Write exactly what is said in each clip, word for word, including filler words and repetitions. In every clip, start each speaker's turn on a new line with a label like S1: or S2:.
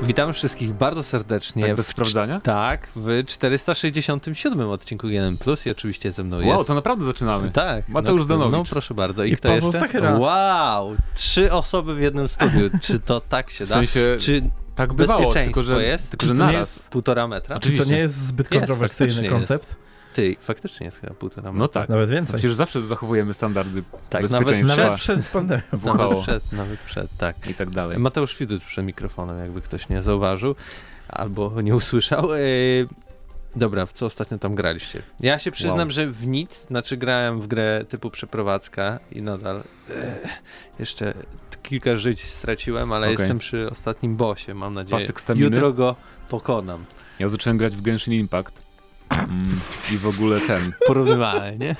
S1: Witamy wszystkich bardzo serdecznie.
S2: Tak bez w, sprawdzania?
S1: Tak, w czterysta sześćdziesiątym siódmym odcinku G N M plus i oczywiście ze mną
S2: wow,
S1: jest...
S2: Wow, to naprawdę zaczynamy.
S1: Tak.
S2: Mateusz
S1: no,
S2: Zdanowicz.
S1: No proszę bardzo. I,
S3: I
S1: kto
S3: Paweł
S1: jeszcze?
S3: Stachera.
S1: Wow, trzy osoby w jednym studiu. Czy to tak się da?
S2: W sensie...
S1: Czy
S2: tak bywało, tylko że,
S1: jest?
S2: tylko, że
S1: Czy to
S2: naraz.
S1: jest półtora metra?
S3: Oczywiście. Czy to nie jest zbyt kontrowersyjny
S1: jest,
S3: koncept?
S1: Ty, faktycznie jest chyba półtora metra.
S2: No tak.
S3: Nawet więcej.
S2: Przecież zawsze zachowujemy standardy
S1: tak,
S2: bezpieczeństwa.
S3: Nawet przed pandemią.
S1: Nawet przed, nawet przed, tak.
S2: I tak dalej.
S1: Mateusz Widut przed mikrofonem, jakby ktoś nie zauważył albo nie usłyszał. Yy, dobra, w co ostatnio tam graliście? Ja się przyznam, wow. że w nic, znaczy grałem w grę typu przeprowadzka i nadal yy, jeszcze kilka żyć straciłem, ale okay. jestem przy ostatnim bossie, mam nadzieję. Jutro go pokonam.
S2: Ja zacząłem grać w Genshin Impact mm, i w ogóle ten...
S1: Porównywalnie, nie?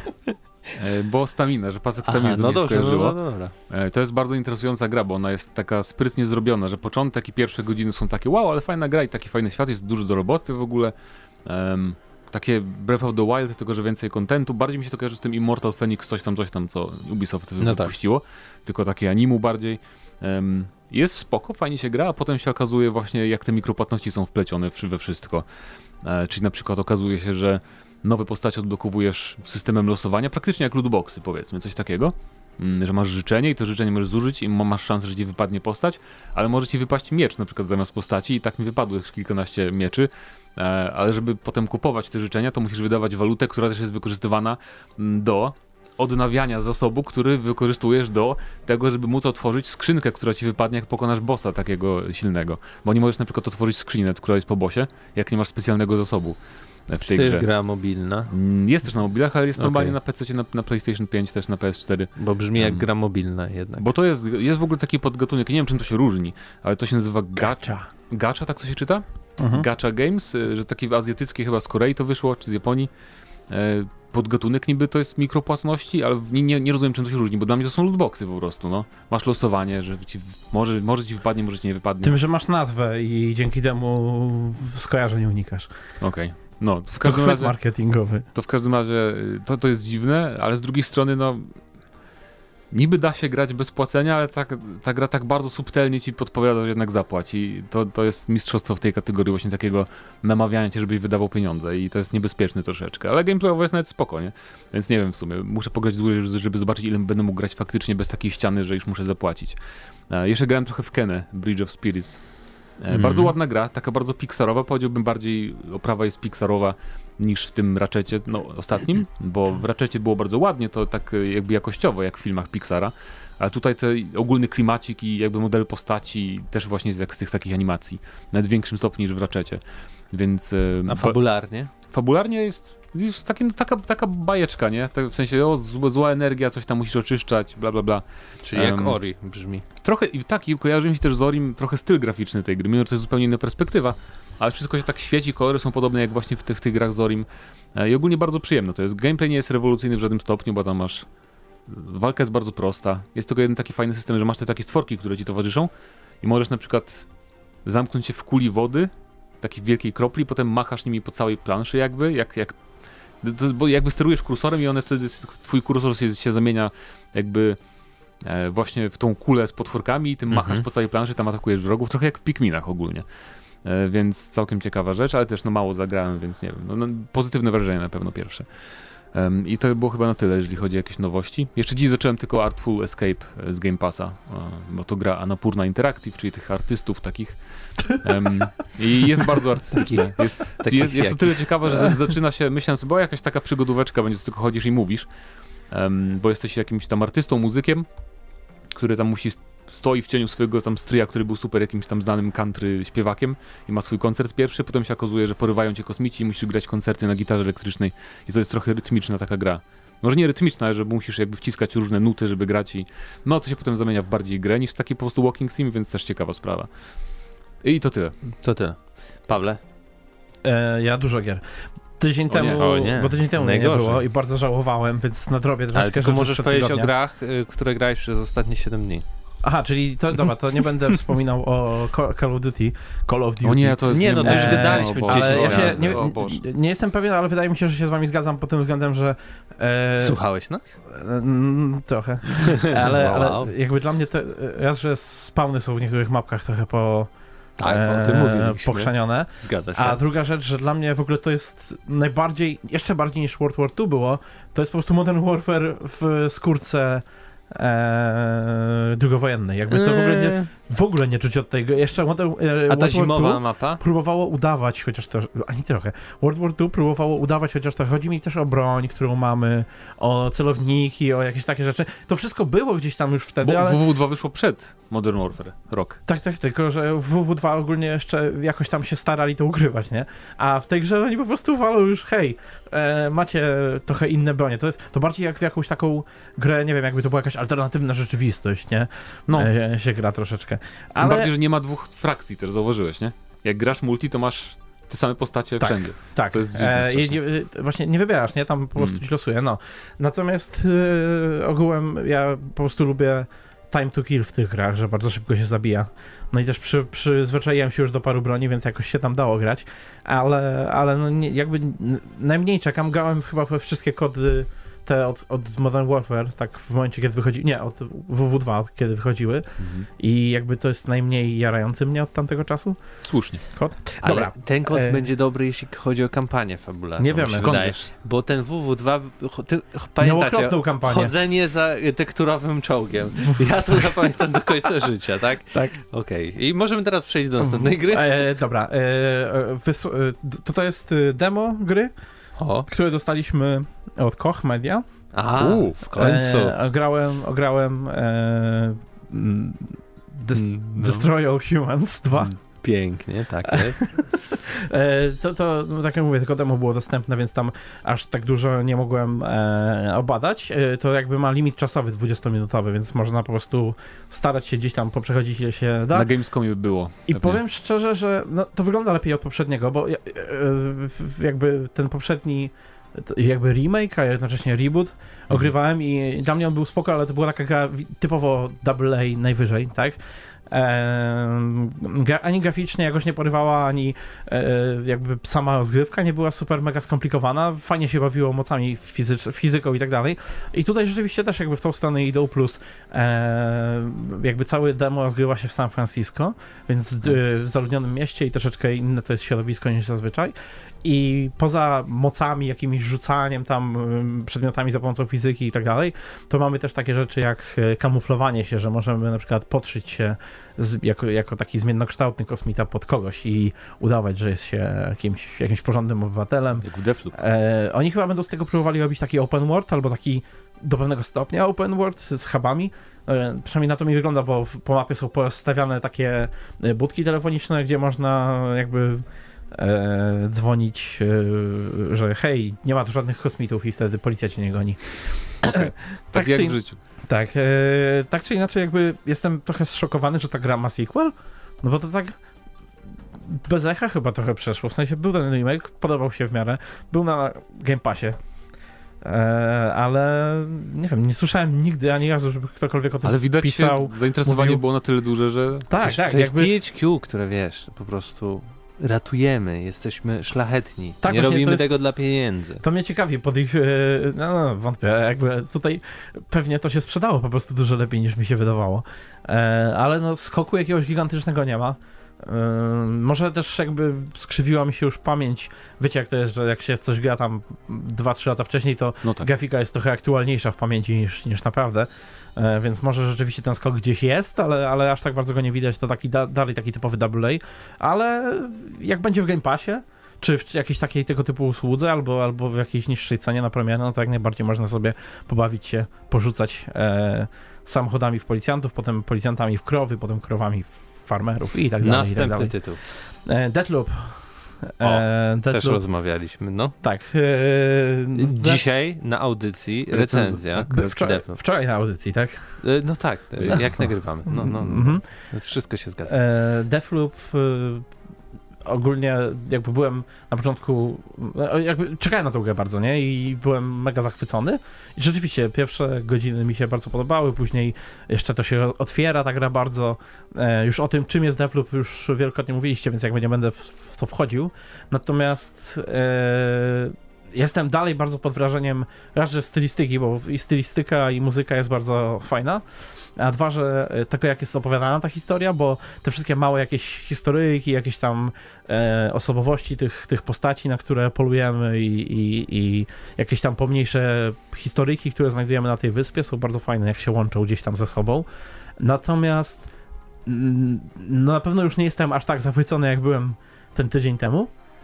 S2: Bo stamina, że pasek staminy to
S1: no
S2: mi
S1: dobrze,
S2: skojarzyło.
S1: No, no, dobra.
S2: To jest bardzo interesująca gra, bo ona jest taka sprytnie zrobiona, że początek i pierwsze godziny są takie wow, ale fajna gra i taki fajny świat, jest dużo do roboty w ogóle. Um, takie Breath of the Wild, tylko że więcej kontentu. Bardziej mi się to kojarzy z tym Immortal Phoenix, coś tam, coś tam, co Ubisoft no wypuściło. Tak. Tylko takie animu bardziej. Um, jest spoko, fajnie się gra, a potem się okazuje właśnie, jak te mikropłatności są wplecione we wszystko. E, czyli na przykład okazuje się, że nowe postacie odblokowujesz systemem losowania, praktycznie jak lootboxy, powiedzmy, coś takiego, mm, że masz życzenie i to życzenie możesz zużyć i masz szansę, że ci wypadnie postać, ale może ci wypaść miecz na przykład zamiast postaci i tak mi wypadło już kilkanaście mieczy, e, ale żeby potem kupować te życzenia, to musisz wydawać walutę, która też jest wykorzystywana do odnawiania zasobu, który wykorzystujesz do tego, żeby móc otworzyć skrzynkę, która ci wypadnie, jak pokonasz bossa takiego silnego, bo nie możesz na przykład otworzyć skrzynię, która jest po bossie, jak nie masz specjalnego zasobu. W tej
S1: to jest
S2: grze.
S1: gra mobilna?
S2: Jest też na mobilach, ale jest okay. normalnie na P C, na, na PlayStation pięć, też na P S cztery.
S1: Bo brzmi jak um, gra mobilna jednak.
S2: Bo to jest, jest w ogóle taki podgatunek, nie wiem czym to się różni, ale to się nazywa gacha. Gacha, tak to się czyta? Mhm. Gacha Games, że taki azjatycki chyba z Korei to wyszło, czy z Japonii. Podgatunek niby to jest mikropłatności, ale nie, nie, nie rozumiem czym to się różni, bo dla mnie to są lootboxy po prostu, no. Masz losowanie, że ci, może, może ci wypadnie, może ci nie wypadnie.
S3: Tym, że masz nazwę i dzięki temu skojarzeń unikasz.
S2: Okej. Okay. No, to w każdym
S3: to
S2: razie
S3: marketingowy.
S2: To w każdym razie to, to jest dziwne, ale z drugiej strony no niby da się grać bez płacenia, ale tak, ta gra tak bardzo subtelnie ci podpowiada, że jednak zapłać i to, to jest mistrzostwo w tej kategorii właśnie takiego namawiania cię, żebyś wydawał pieniądze i to jest niebezpieczne troszeczkę, ale gameplayowo jest nawet spoko, nie? Więc nie wiem w sumie, muszę pograć dłużej, żeby zobaczyć ile będę mógł grać faktycznie bez takiej ściany, że już muszę zapłacić. E, jeszcze grałem trochę w Kenę, Bridge of Spirits. Mm. Bardzo ładna gra, taka bardzo pixarowa, powiedziałbym bardziej oprawa jest pixarowa niż w tym Ratchetie, no ostatnim, bo w Ratchetie było bardzo ładnie, to tak jakby jakościowo, jak w filmach Pixara, a tutaj ten ogólny klimacik i jakby model postaci też właśnie jest jak z tych takich animacji, nawet w większym stopniu niż w Ratchetie, więc...
S1: A fabularnie?
S2: Fabularnie jest, jest taki, taka, taka bajeczka, nie? W sensie, o, zła, zła energia, coś tam musisz oczyszczać, bla bla bla.
S1: Czyli um, jak Ori brzmi.
S2: Trochę, tak, i kojarzy mi się też z Orim trochę styl graficzny tej gry, mimo że to jest zupełnie inna perspektywa, ale wszystko się tak świeci, kolory są podobne jak właśnie w tych, w tych grach z Orim i ogólnie bardzo przyjemno to jest. Gameplay nie jest rewolucyjny w żadnym stopniu, bo tam masz... Walka jest bardzo prosta. Jest tylko jeden taki fajny system, że masz te takie stworki, które ci towarzyszą i możesz na przykład zamknąć się w kuli wody, takiej wielkiej kropli, potem machasz nimi po całej planszy jakby, jak, jak, to, bo jakby sterujesz kursorem i one wtedy, twój kursor się, się zamienia jakby e, właśnie w tą kulę z potworkami i tym mhm. machasz po całej planszy, tam atakujesz wrogów, trochę jak w Pikminach ogólnie. E, więc całkiem ciekawa rzecz, ale też no mało zagrałem, więc nie wiem, no, no, pozytywne wrażenie na pewno pierwsze. Um, I to było chyba na tyle, jeżeli chodzi o jakieś nowości. Jeszcze dziś zacząłem tylko Artful Escape z Game Passa, um, bo to gra Annapurna Interactive, czyli tych artystów takich. Um, I jest bardzo artystyczne. Jest, jest, jest to tyle ciekawe, że zaczyna się, myślałem sobie, bo jakaś taka przygodóweczka będzie, że tylko chodzisz i mówisz, um, bo jesteś jakimś tam artystą, muzykiem, który tam musi stoi w cieniu swojego tam stryja, który był super jakimś tam znanym country śpiewakiem i ma swój koncert pierwszy, potem się okazuje, że porywają cię kosmici i musisz grać koncerty na gitarze elektrycznej i to jest trochę rytmiczna taka gra. Może nie rytmiczna, ale że musisz jakby wciskać różne nuty, żeby grać i no to się potem zamienia w bardziej grę niż taki po prostu walking sim, więc też ciekawa sprawa. I to tyle.
S1: To tyle. Pawle?
S3: E, ja dużo gier. Tydzień
S1: o
S3: temu,
S1: nie, o nie.
S3: bo tydzień temu nie było i bardzo żałowałem, więc nadrobię troszkę.
S1: Ale tylko możesz powiedzieć tygodnia. o grach, y, które grałeś przez ostatnie siedem dni.
S3: Aha, czyli to, dobra, to nie będę wspominał o Call of Duty, Call of Duty.
S2: O nie, to jest...
S1: Nie, no to już gadaliśmy
S3: eee, ale ja się nie,
S2: o
S3: nie jestem pewien, ale wydaje mi się, że się z wami zgadzam pod tym względem, że...
S1: E, Słuchałeś nas?
S3: E, trochę, ale, wow. ale jakby dla mnie te, raz, że spawny są w niektórych mapkach trochę po...
S1: Tak, o tym mówiliśmy.
S3: Pokrzanione.
S1: Zgadza się.
S3: A druga rzecz, że dla mnie w ogóle to jest najbardziej, jeszcze bardziej niż World War Two było, to jest po prostu Modern Warfare w skórce e, drugowojennej. Jakby to w ogóle nie, w ogóle nie czuć od tego. Jeszcze Modern, e,
S1: A ta
S3: World
S1: zimowa
S3: War Two
S1: mapa?
S3: próbowało udawać, chociaż to, ani trochę. World War Two próbowało udawać, chociaż to chodzi mi też o broń, którą mamy, o celowniki, o jakieś takie rzeczy. To wszystko było gdzieś tam już wtedy,
S2: Bo
S3: ale...
S2: W W dwa wyszło przed Modern Warfare, rok.
S3: Tak, tak, tylko że w W W dwa ogólnie jeszcze jakoś tam się starali to ukrywać, nie? A w tej grze oni po prostu walą już, hej, e, macie trochę inne bronie. To jest to bardziej jak w jakąś taką grę, nie wiem, jakby to była jakaś alternatywna rzeczywistość, nie?
S2: No.
S3: E, się gra troszeczkę.
S2: Ale... Tym bardziej, że nie ma dwóch frakcji, też zauważyłeś, nie? Jak grasz multi, to masz te same postacie
S3: tak,
S2: wszędzie.
S3: Tak,
S2: co jest dziwne,
S3: e, nie, właśnie nie wybierasz, nie? Tam po prostu
S2: Mm.
S3: ci losuje, no. Natomiast e, ogółem ja po prostu lubię time to kill w tych grach, że bardzo szybko się zabija. No i też przy, przyzwyczaiłem się już do paru broni, więc jakoś się tam dało grać, ale, ale no nie, jakby n- najmniej czekam, grałem chyba we wszystkie kody te od, od Modern Warfare, tak w momencie, kiedy wychodzi, nie, od W W dwa, kiedy wychodziły
S2: Mhm.
S3: i jakby to jest najmniej jarający mnie od tamtego czasu
S2: Słusznie.
S3: kod.
S1: Ale
S3: Dobra,
S1: ten kod
S3: e...
S1: będzie dobry, jeśli chodzi o kampanię fabularną.
S3: Nie wiemy.
S1: mi się
S2: Skąd
S1: wydaje.
S2: wiesz?
S1: Bo ten W W dwa, cho- ty,
S3: miał
S1: pamiętacie,
S3: okropną kampanię.
S1: chodzenie za tekturowym czołgiem. Ja to zapamiętam do końca życia, tak?
S3: Tak.
S1: Okej. I możemy teraz przejść do następnej gry?
S3: E, dobra, e, e, wysł- e, d- to, to jest e, demo gry,
S1: O.
S3: które dostaliśmy od Koch Media.
S1: A,
S2: U,
S1: w końcu.
S3: E, ograłem, ograłem e, mm, Des-
S1: Mm, no.
S3: Destroy All Humans dwa.
S1: Mm, Pięknie, tak jest.
S3: E, to, to no, tak jak mówię, tylko demo było dostępne, więc tam aż tak dużo nie mogłem e, obadać. E, to jakby ma limit czasowy dwudziestominutowy, więc można po prostu starać się gdzieś tam poprzechodzić ile się da.
S2: Na Gamescomie by było.
S3: I
S2: pewnie.
S3: powiem szczerze, że no, to wygląda lepiej od poprzedniego, bo e, e, jakby ten poprzedni to jakby remake, a jednocześnie reboot ogrywałem i dla mnie on był spoko, ale to była taka gra wi- typowo double A najwyżej, tak? Ehm, gra, ani graficznie jakoś nie porywała, ani e, jakby sama rozgrywka nie była super mega skomplikowana, fajnie się bawiło mocami fizycz, fizyką i tak dalej. I tutaj rzeczywiście też jakby w tą stronę idą, plus e, jakby cały demo rozgrywa się w San Francisco, więc d- w zaludnionym mieście i troszeczkę inne to jest środowisko niż zazwyczaj. I poza mocami, jakimiś rzucaniem tam ym, przedmiotami za pomocą fizyki i tak dalej, to mamy też takie rzeczy jak e, kamuflowanie się, że możemy na przykład podszyć się z, jako, jako taki zmiennokształtny kosmita pod kogoś i udawać, że jest się jakimś, jakimś porządnym obywatelem.
S2: Jak w Deathloop.
S3: E, oni chyba będą z tego próbowali robić taki open world, albo taki do pewnego stopnia open world z hubami. E, przynajmniej na to mi wygląda, bo w, po mapie są postawiane takie e, budki telefoniczne, gdzie można jakby e, dzwonić, e, że hej, nie ma tu żadnych kosmitów i wtedy policja cię nie goni.
S2: Okay. Tak jak
S3: czy,
S2: w życiu.
S3: Tak, e, tak czy inaczej jakby jestem trochę zszokowany, że ta gra ma sequel, no bo to tak bez echa chyba trochę przeszło, w sensie był ten remake, podobał się w miarę, był na Game Passie, e, ale nie wiem, nie słyszałem nigdy ani razu, żeby ktokolwiek o tym
S2: Ale widać,
S3: pisał.
S2: się, zainteresowanie
S3: mówił.
S2: było na tyle duże, że...
S3: Tak,
S1: Wiesz,
S3: tak,
S1: to jest
S3: jakby...
S1: D H Q, które wiesz, po prostu ratujemy, jesteśmy szlachetni.
S3: Tak,
S1: nie
S3: właśnie,
S1: robimy
S3: to jest-
S1: tego dla pieniędzy.
S3: To mnie ciekawi pod ich, e, no, no wątpię, jakby tutaj pewnie to się sprzedało po prostu dużo lepiej niż mi się wydawało, e, ale no skoku jakiegoś gigantycznego nie ma. E, może też jakby skrzywiła mi się już pamięć, wiecie jak to jest, że jak się w coś gra tam dwa trzy lata wcześniej, to
S2: No tak.
S3: grafika jest trochę aktualniejsza w pamięci niż, niż naprawdę, e, więc może rzeczywiście ten skok gdzieś jest, ale, ale aż tak bardzo go nie widać, to taki da, dalej taki typowy double A, ale jak będzie w Game Passie, czy w jakiejś takiej tego typu usłudze, albo, albo w jakiejś niższej cenie na premierę, no to jak najbardziej można sobie pobawić się, porzucać e, samochodami w policjantów, potem policjantami w krowy, potem krowami w farmerów i tak dalej.
S1: Następny
S3: i tak dalej.
S1: tytuł.
S3: E, Deathloop.
S1: O,
S3: E,
S1: Też
S3: Deathloop.
S1: rozmawialiśmy, no.
S3: Tak. E,
S1: Dzisiaj na audycji
S2: Recenzja,
S1: recenzja.
S2: tak?
S3: wczoraj,
S1: Deathloop.
S3: wczoraj na audycji, tak?
S1: E, No tak, e, jak nagrywamy. No, no, no.
S3: Mhm.
S1: Wszystko się zgadza.
S3: E, Deathloop e, ogólnie jakby byłem na początku, no, jakby czekałem na tą grę bardzo, nie? I byłem mega zachwycony. I rzeczywiście pierwsze godziny mi się bardzo podobały, później jeszcze to się otwiera ta gra bardzo. E, już o tym, czym jest Deathloop, już wielokrotnie mówiliście, więc jakby nie będę w, w to wchodził. Natomiast e, jestem dalej bardzo pod wrażeniem raz, że stylistyki, bo i stylistyka i muzyka jest bardzo fajna, a dwa, że tego jak jest opowiadana ta historia, bo te wszystkie małe jakieś historyjki, jakieś tam e, osobowości tych, tych postaci, na które polujemy i, i, i jakieś tam pomniejsze historyjki, które znajdujemy na tej wyspie są bardzo fajne, jak się łączą gdzieś tam ze sobą. Natomiast no na pewno już nie jestem aż tak zachwycony, jak byłem ten tydzień temu,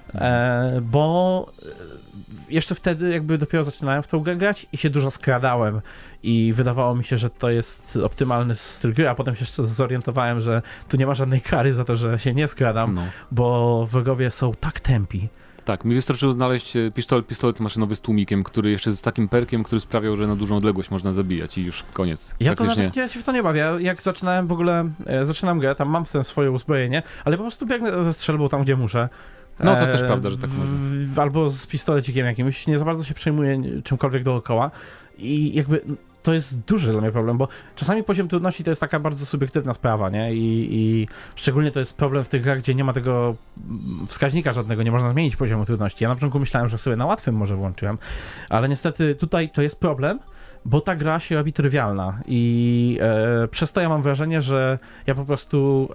S3: e, bo jeszcze wtedy jakby dopiero zaczynałem w tą grę grać i się dużo skradałem i wydawało mi się, że to jest optymalny styl gry, a potem się jeszcze zorientowałem, że tu nie ma żadnej kary za to, że się nie skradam, no. Bo wrogowie są tak tępi.
S2: Tak, mi wystarczyło znaleźć pistolet, pistolet maszynowy z tłumikiem, który jeszcze z takim perkiem, który sprawiał, że na dużą odległość można zabijać i już koniec.
S3: Ja to nawet ja się w to nie bawię. Jak zaczynałem w ogóle, e, zaczynam grę, tam mam ten swoje uzbrojenie, ale po prostu biegnę ze strzelbą tam, gdzie muszę.
S2: No to e, też prawda, że tak można.
S3: Albo z pistolecikiem jakimś, nie za bardzo się przejmuję czymkolwiek dookoła i jakby to jest duży dla mnie problem, bo czasami poziom trudności to jest taka bardzo subiektywna sprawa, nie? I, i szczególnie to jest problem w tych grach, gdzie nie ma tego wskaźnika żadnego, nie można zmienić poziomu trudności. Ja na początku myślałem, że sobie na łatwym może włączyłem, ale niestety tutaj to jest problem, bo ta gra się robi trywialna i e, przez to ja mam wrażenie, że ja po prostu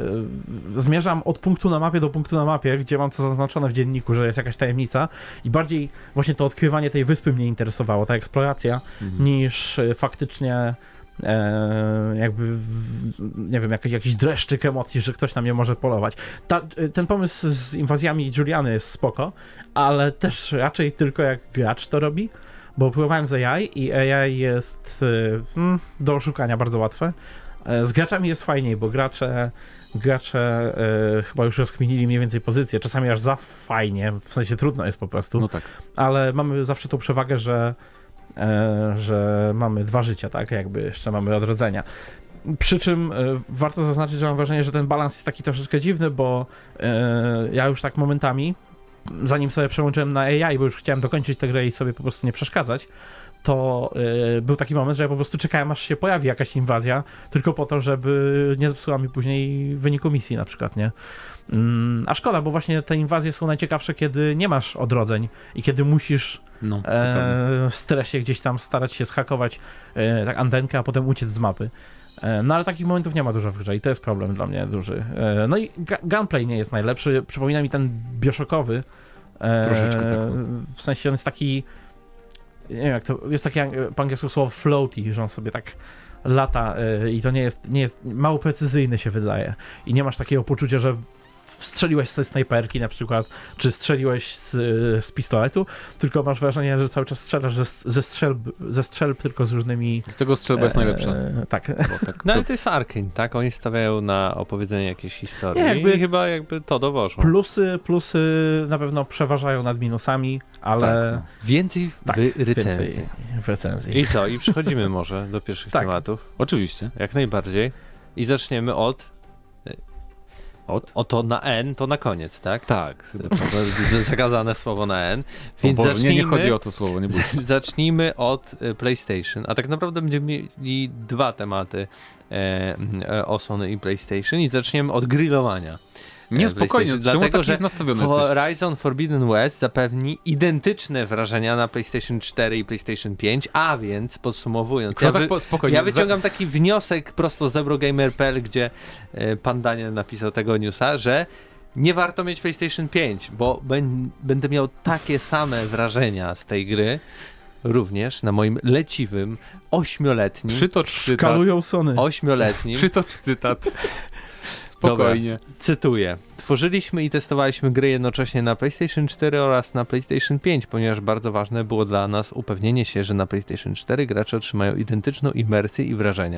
S3: e, zmierzam od punktu na mapie do punktu na mapie, gdzie mam to zaznaczone w dzienniku, że jest jakaś tajemnica i bardziej właśnie to odkrywanie tej wyspy mnie interesowało, ta eksploracja, mhm. niż e, faktycznie e, jakby w, nie wiem, jakiś, jakiś dreszczyk emocji, że ktoś na mnie może polować. Ta, ten pomysł z inwazjami Juliany jest spoko, ale też raczej tylko jak gracz to robi. Bo próbowałem z A I i A I jest hmm, do oszukania bardzo łatwe. Z graczami jest fajniej, bo gracze, gracze e, chyba już rozkminili mniej więcej pozycję. Czasami aż za fajnie, w sensie trudno jest po prostu.
S2: No tak.
S3: Ale mamy zawsze tą przewagę, że, e, że mamy dwa życia, tak? Jakby jeszcze mamy odrodzenia. Przy czym e, warto zaznaczyć, że mam wrażenie, że ten balans jest taki troszeczkę dziwny, bo e, ja już tak momentami, zanim sobie przełączyłem na A I, bo już chciałem dokończyć tę grę i sobie po prostu nie przeszkadzać, to yy, był taki moment, że ja po prostu czekałem, aż się pojawi jakaś inwazja, tylko po to, żeby nie zepsuła mi później wyniku misji na przykład, nie? Ym, a szkoda, bo właśnie te inwazje są najciekawsze, kiedy nie masz odrodzeń i kiedy musisz no, e, w stresie gdzieś tam starać się zhakować e, tak antenkę, a potem uciec z mapy. No ale takich momentów nie ma dużo w grze i to jest problem dla mnie duży. No i gunplay nie jest najlepszy. Przypomina mi ten Bioshockowy.
S2: Troszeczkę tak.
S3: W sensie on jest taki, nie wiem jak to, jest takie po angielsku słowo floaty, że on sobie tak lata i to nie jest, nie jest, mało precyzyjny się wydaje. I nie masz takiego poczucia, że strzeliłeś ze snajperki na przykład, czy strzeliłeś z, z pistoletu, tylko masz wrażenie, że cały czas strzelasz ze, ze, strzelb, ze strzelb tylko z różnymi...
S2: Z tego strzelba jest najlepsza.
S3: E, tak.
S1: tak. No ale to jest Arkane, tak? Oni stawiają na opowiedzenie jakiejś historii nie,
S3: jakby
S1: i chyba jakby to dowożą.
S3: Plusy, plusy na pewno przeważają nad minusami, ale...
S1: Tak, no. Więcej
S3: tak,
S1: w recenzji.
S3: Więcej w recenzji.
S1: I co? I przechodzimy może do pierwszych
S3: tak.
S1: tematów.
S2: Oczywiście.
S1: Jak najbardziej. I zaczniemy od...
S2: Od?
S1: O to na N, to na koniec, tak?
S2: Tak.
S1: To jest zakazane słowo na N. Więc
S2: Boże,
S1: zacznijmy,
S2: nie, nie chodzi o to słowo, nie bójcie.
S1: Zacznijmy od PlayStation, a tak naprawdę będziemy mieli dwa tematy e, o Sony i PlayStation i zaczniemy od grillowania.
S2: Nie, spokojnie,
S1: dlatego, że
S2: jest nastawiony
S1: Horizon
S2: jesteś?
S1: Forbidden West zapewni identyczne wrażenia na PlayStation cztery i PlayStation pięć, a więc podsumowując, ja,
S2: tak
S1: wy,
S2: po, spokojnie,
S1: ja wyciągam taki wniosek prosto z Eurogamer kropka p l, gdzie e, pan Daniel napisał tego newsa, że nie warto mieć PlayStation pięć, bo ben, będę miał takie same wrażenia z tej gry, również na moim leciwym, ośmioletnim...
S2: Przytocz cytat.
S3: Szkalują Sony.
S1: Ośmioletnim...
S2: Przytocz cytat. Spokojnie.
S1: Dobra, cytuję. Tworzyliśmy i testowaliśmy gry jednocześnie na PlayStation cztery oraz na PlayStation pięć, ponieważ bardzo ważne było dla nas upewnienie się, że na PlayStation cztery gracze otrzymają identyczną imersję i wrażenia.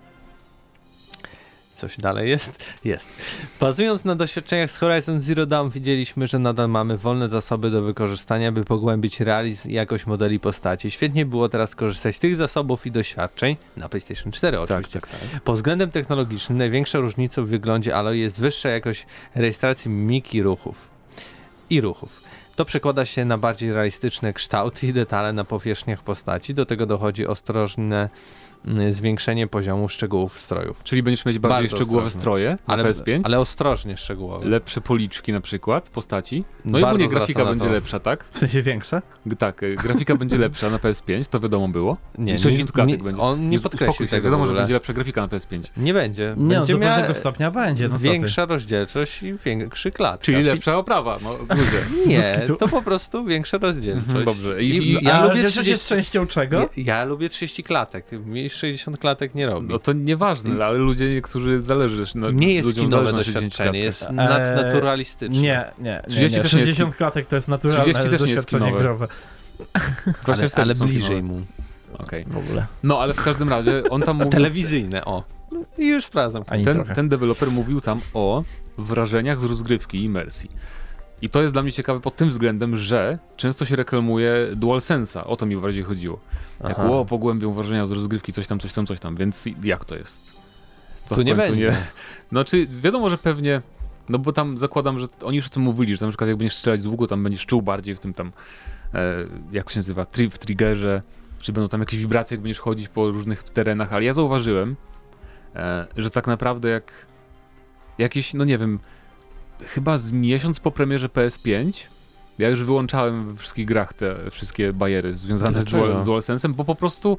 S1: Coś dalej jest? Jest. Bazując na doświadczeniach z Horizon Zero Dawn widzieliśmy, że nadal mamy wolne zasoby do wykorzystania, by pogłębić realizm i jakość modeli postaci. Świetnie było teraz korzystać z tych zasobów i doświadczeń na PlayStation cztery oczywiście.
S2: Tak, tak, tak.
S1: Pod względem technologicznym największą różnicą w wyglądzie Aloy jest wyższa jakość rejestracji mimiki ruchów i ruchów. To przekłada się na bardziej realistyczne kształty i detale na powierzchniach postaci. Do tego dochodzi ostrożne zwiększenie poziomu szczegółów strojów.
S2: Czyli będziesz mieć bardziej
S1: Bardzo
S2: szczegółowe
S1: ostrożnie.
S2: stroje na
S1: Ale,
S2: P S pięć?
S1: ale ostrożnie szczegółowe.
S2: Lepsze policzki na przykład, postaci. No
S1: Bardzo
S2: i ogólnie
S1: zwraca
S2: grafika
S1: na
S2: będzie
S1: to.
S2: lepsza, tak?
S3: W sensie większe?
S2: G- Tak, y, grafika będzie lepsza na P S pięć, to wiadomo było.
S1: Nie,
S2: I sześćdziesiąt klatek
S1: nie,
S2: będzie.
S1: on nie
S2: Us-
S1: podkreślił
S2: uspokój się,
S1: tego
S2: wiadomo,
S1: w
S2: że
S1: ogóle.
S2: będzie lepsza grafika na P S pięć.
S1: Nie będzie.
S3: Nie, no,
S1: będzie
S3: do
S1: miała
S3: pewnego stopnia będzie. No co ty?
S1: większa rozdzielczość i większy klatka.
S2: Czyli lepsza oprawa, no ludzie.
S1: Nie, to po prostu większa rozdzielczość.
S2: Mhm, dobrze. I-
S1: I,
S2: i-
S1: ja
S3: A
S1: lubię
S3: rozdzielczość
S1: trzydzieści...
S3: jest częścią czego?
S1: Ja, ja lubię trzydzieści klatek. Mi sześćdziesiąt klatek nie robi.
S2: No to nieważne, ale ludzie niektórzy zależy. No,
S1: nie jest
S2: ludziom
S1: kinowe
S2: zależy na sześćdziesięciu
S1: doświadczenie, jest
S2: klatkach.
S3: Nie,
S1: nadnaturalistyczne.
S3: nie, nie,
S2: trzydzieści
S3: nie.
S2: też nie jest
S3: sześćdziesiąt klatek to jest naturalne
S2: trzydzieści też nie jest
S3: doświadczenie
S2: kinowe.
S3: growe.
S2: Właśnie
S1: Ale,
S2: wtedy
S1: ale
S2: są
S1: bliżej
S2: kinowe.
S1: mu.
S2: Okej.
S3: W ogóle.
S2: No ale w każdym razie on tam mówił,
S1: Telewizyjne, o. I już sprawdzam.
S3: Ani
S2: ten,
S3: trochę.
S2: ten deweloper mówił tam o wrażeniach z rozgrywki i imersji. I to jest dla mnie ciekawe pod tym względem, że często się reklamuje DualSense'a, o to mi bardziej chodziło. Jak
S1: Aha.
S2: o, pogłębią wrażenia z rozgrywki, coś tam, coś tam, coś tam, więc jak to jest? To
S1: Tu
S2: w
S1: nie
S2: końcu
S1: będzie.
S2: No czy wiadomo, że pewnie, no bo tam zakładam, że oni już o tym mówili, że na przykład jak będziesz strzelać z łuku, tam będziesz czuł bardziej w tym tam, e, jak się nazywa, tri w triggerze, czy będą tam jakieś wibracje, jak będziesz chodzić po różnych terenach, ale ja zauważyłem, e, że tak naprawdę jak jakieś, no nie wiem, chyba z miesiąc po premierze P S pięć ja już wyłączałem we wszystkich grach te wszystkie bariery związane z,
S1: Dlaczego?
S2: dual, z DualSense'em, bo po prostu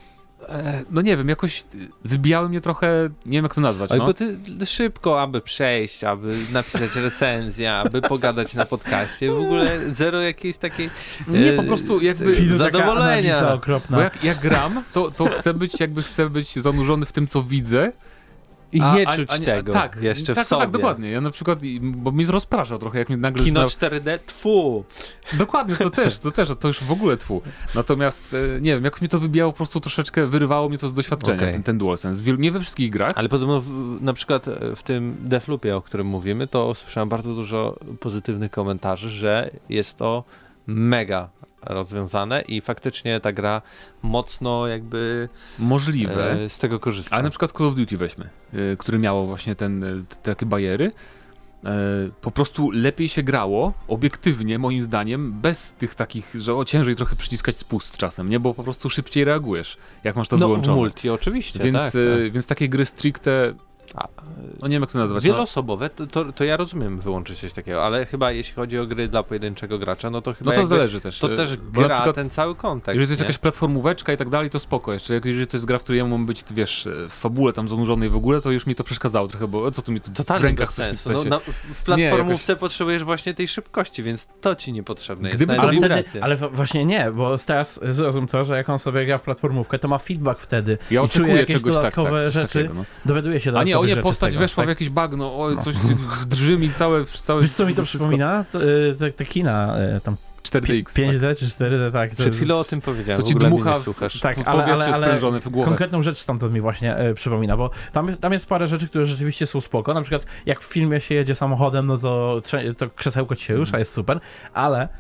S2: e, no nie wiem, jakoś wybijały mnie trochę, nie wiem jak to nazwać,
S1: Oj,
S2: no.
S1: bo ty szybko, aby przejść, aby napisać recenzję, aby pogadać na podcaście, w ogóle zero jakiejś takiej
S2: Nie,
S1: e,
S2: po prostu jakby-
S3: Filu, taka
S1: zadowolenia.
S3: analiza okropna.
S2: Bo jak, jak gram, to, to chcę być, jakby chcę być zanurzony w tym, co widzę.
S1: I
S2: a-
S1: nie
S2: a-
S1: czuć
S2: a nie-
S1: tego
S2: tak,
S1: jeszcze
S2: tak,
S1: w sobie.
S2: Tak, dokładnie. Ja na przykład, i- bo mnie to rozprasza trochę, jak mnie nagle
S1: Kino
S2: zna...
S1: cztery D, tfu.
S2: Dokładnie, to też, to też, to już w ogóle tfu. Natomiast, e, nie wiem, jakoś mi to wybijało, po prostu troszeczkę wyrywało mnie to z doświadczenia,
S1: Okej.
S2: ten, ten DualSense. Wiel- Nie we wszystkich grach.
S1: Ale podobno w, na przykład w tym Deathloopie, o którym mówimy, to słyszałem bardzo dużo pozytywnych komentarzy, że jest to mega rozwiązane i faktycznie ta gra mocno jakby
S2: Możliwe.
S1: e, z tego korzysta.
S2: Ale na przykład Call of Duty weźmy, y, który miało właśnie ten, y, t- takie bariery. y, Po prostu lepiej się grało, obiektywnie moim zdaniem, bez tych takich, że o ciężej trochę przyciskać spust czasem, nie? Bo po prostu szybciej reagujesz, jak masz to
S1: no, w
S2: wyłączone.
S1: multi oczywiście,
S2: Więc,
S1: tak,
S2: y,
S1: tak.
S2: więc takie gry stricte,
S1: A,
S2: no nie wiem jak to nazwać. No,
S1: Wieloosobowe, to, to, to ja rozumiem wyłączyć coś takiego, ale chyba jeśli chodzi o gry dla pojedynczego gracza, no to chyba
S2: no to
S1: jakby,
S2: zależy też.
S1: to
S2: y,
S1: też
S2: bo na
S1: gra
S2: przykład,
S1: ten cały kontekst.
S2: jeżeli to jest
S1: nie?
S2: jakaś platformóweczka i tak dalej, to spoko. Jeszcze jak, jeżeli to jest gra, w której ja mam być, wiesz, w fabule tam zanurzonej w ogóle, to już mi to przeszkadzało trochę, bo co tu mi tu w
S1: Totalnie
S2: rękach
S1: bez
S2: coś mi
S1: sensu. No,
S2: chce
S1: na,
S2: się-
S1: w platformówce potrzebujesz właśnie tej szybkości, więc to ci niepotrzebne jest.
S2: Gdyby
S1: Nawet
S2: to
S3: Ale,
S2: był-
S3: wtedy,
S1: wibracje.
S3: ale w- właśnie nie, bo teraz zrozum to, że jak on sobie gra w platformówkę, to ma feedback wtedy.
S2: Ja
S3: i czuje
S2: oczekuję
S3: jakieś
S2: czegoś tak, tak,
S3: dodatkowe
S2: coś
S3: rzeczy,
S2: takiego. No.
S3: dowiaduje się
S2: A nie, o
S3: dodatkowych
S2: nie,
S3: rzeczy
S2: postać
S3: z tego,
S2: weszła
S3: tak?
S2: w jakieś bagno, o, coś drży mi całe, całe
S3: Wiesz co mi to
S2: wszystko.
S3: przypomina? To, y, te, te kina, y, tam
S2: cztery D X.
S3: pięć D czy cztery D, tak. to
S1: Przed
S3: jest-
S1: chwilą o tym powiedziałem,
S2: Co
S1: w
S2: ci
S1: ogóle mnie
S2: dmucha
S1: nie
S2: w-
S1: słuchasz.
S3: Tak,
S2: po-
S3: ale,
S2: powietrze
S3: ale, ale
S2: sprężone w głowę.
S3: konkretną rzecz stamtąd mi właśnie e, przypomina, bo tam, tam jest parę rzeczy, które rzeczywiście są spoko. Na przykład jak w filmie się jedzie samochodem, no to, trze- to krzesełko ci się rusza, jest super, ale e,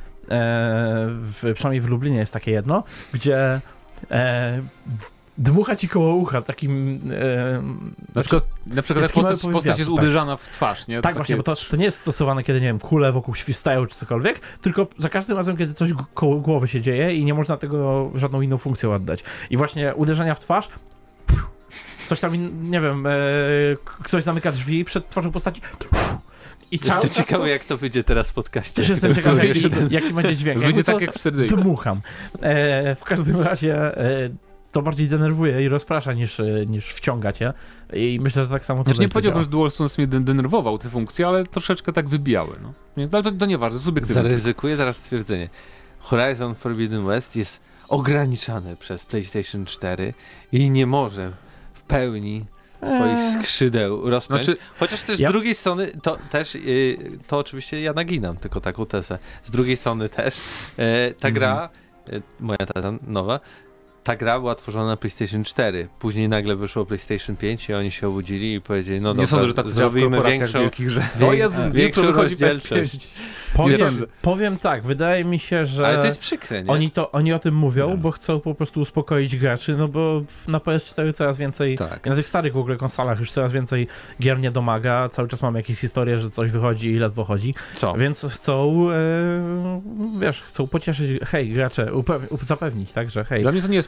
S3: w, przynajmniej w Lublinie jest takie jedno, gdzie e, dmucha ci koło ucha takim... E,
S2: Na przykład, na przykład
S3: jest
S2: jak postać,
S3: klimat
S2: postać jest
S3: powiatu, tak.
S2: uderzana w twarz, nie? To
S3: tak
S2: takie
S3: właśnie, bo to,
S2: trz-
S3: to nie jest stosowane, kiedy, nie wiem, kule wokół świstają czy cokolwiek, tylko za każdym razem, kiedy coś g- koło głowy się dzieje i nie można tego żadną inną funkcję oddać. I właśnie uderzenia w twarz, coś tam, in- nie wiem, e, k- ktoś zamyka drzwi przed twarzą postaci i cały
S1: Jestem
S3: czas
S1: ciekawy, jak to wyjdzie teraz w podcaście.
S3: też jestem ciekaw, jaki, jaki będzie dźwięk.
S2: Wyjdzie
S3: Jakby to
S2: tak jak w cztery D X.
S3: dmucham. E, w każdym razie e, to bardziej denerwuje i rozprasza niż, e, niż wciąga cię. I myślę, że tak samo
S2: Znaczy
S3: tutaj
S2: nie
S3: to
S2: powiedziałbym,
S3: działa.
S2: że DualSense mnie den- denerwował te funkcje, ale troszeczkę tak wybijały. No. Nie, ale to, to nieważne, subiektywne.
S1: Zaryzykuję teraz stwierdzenie. Horizon Forbidden West jest ograniczany przez PlayStation cztery i nie może w pełni swoich
S3: Eee.
S1: skrzydeł rozpiąć.
S2: Znaczy,
S1: Chociaż też z
S3: ja-
S1: drugiej strony, to też, yy, to oczywiście ja naginam tylko taką tezę. Z drugiej strony też yy, ta gra, yy, moja teza nowa, ta gra była tworzona na PlayStation cztery. Później nagle wyszło PlayStation pięć i oni się obudzili i powiedzieli, no
S2: nie
S1: dobra,
S2: sądzę, że tak zrobimy
S1: zrobimy
S2: w
S1: większą...
S2: wielkich, że
S1: wiek-
S2: o Jezu,
S1: większą
S2: jutro wychodzi P S
S1: rozdzielczość.
S2: pięć.
S3: Powiem,
S2: sądzę.
S3: powiem tak, wydaje mi się, że
S1: Ale to jest przykre, nie?
S3: oni, to, oni o tym mówią,
S2: Nie.
S3: bo chcą po prostu uspokoić graczy, no bo na P S cztery coraz więcej,
S2: Tak.
S3: na tych starych w ogóle konsolach już coraz więcej gier nie domaga, cały czas mamy jakieś historie, że coś wychodzi i ledwo chodzi,
S1: Co?
S3: więc chcą, e, wiesz, chcą pocieszyć, hej, gracze, upew- up- zapewnić, tak, że hej,
S2: Dla mnie to nie jest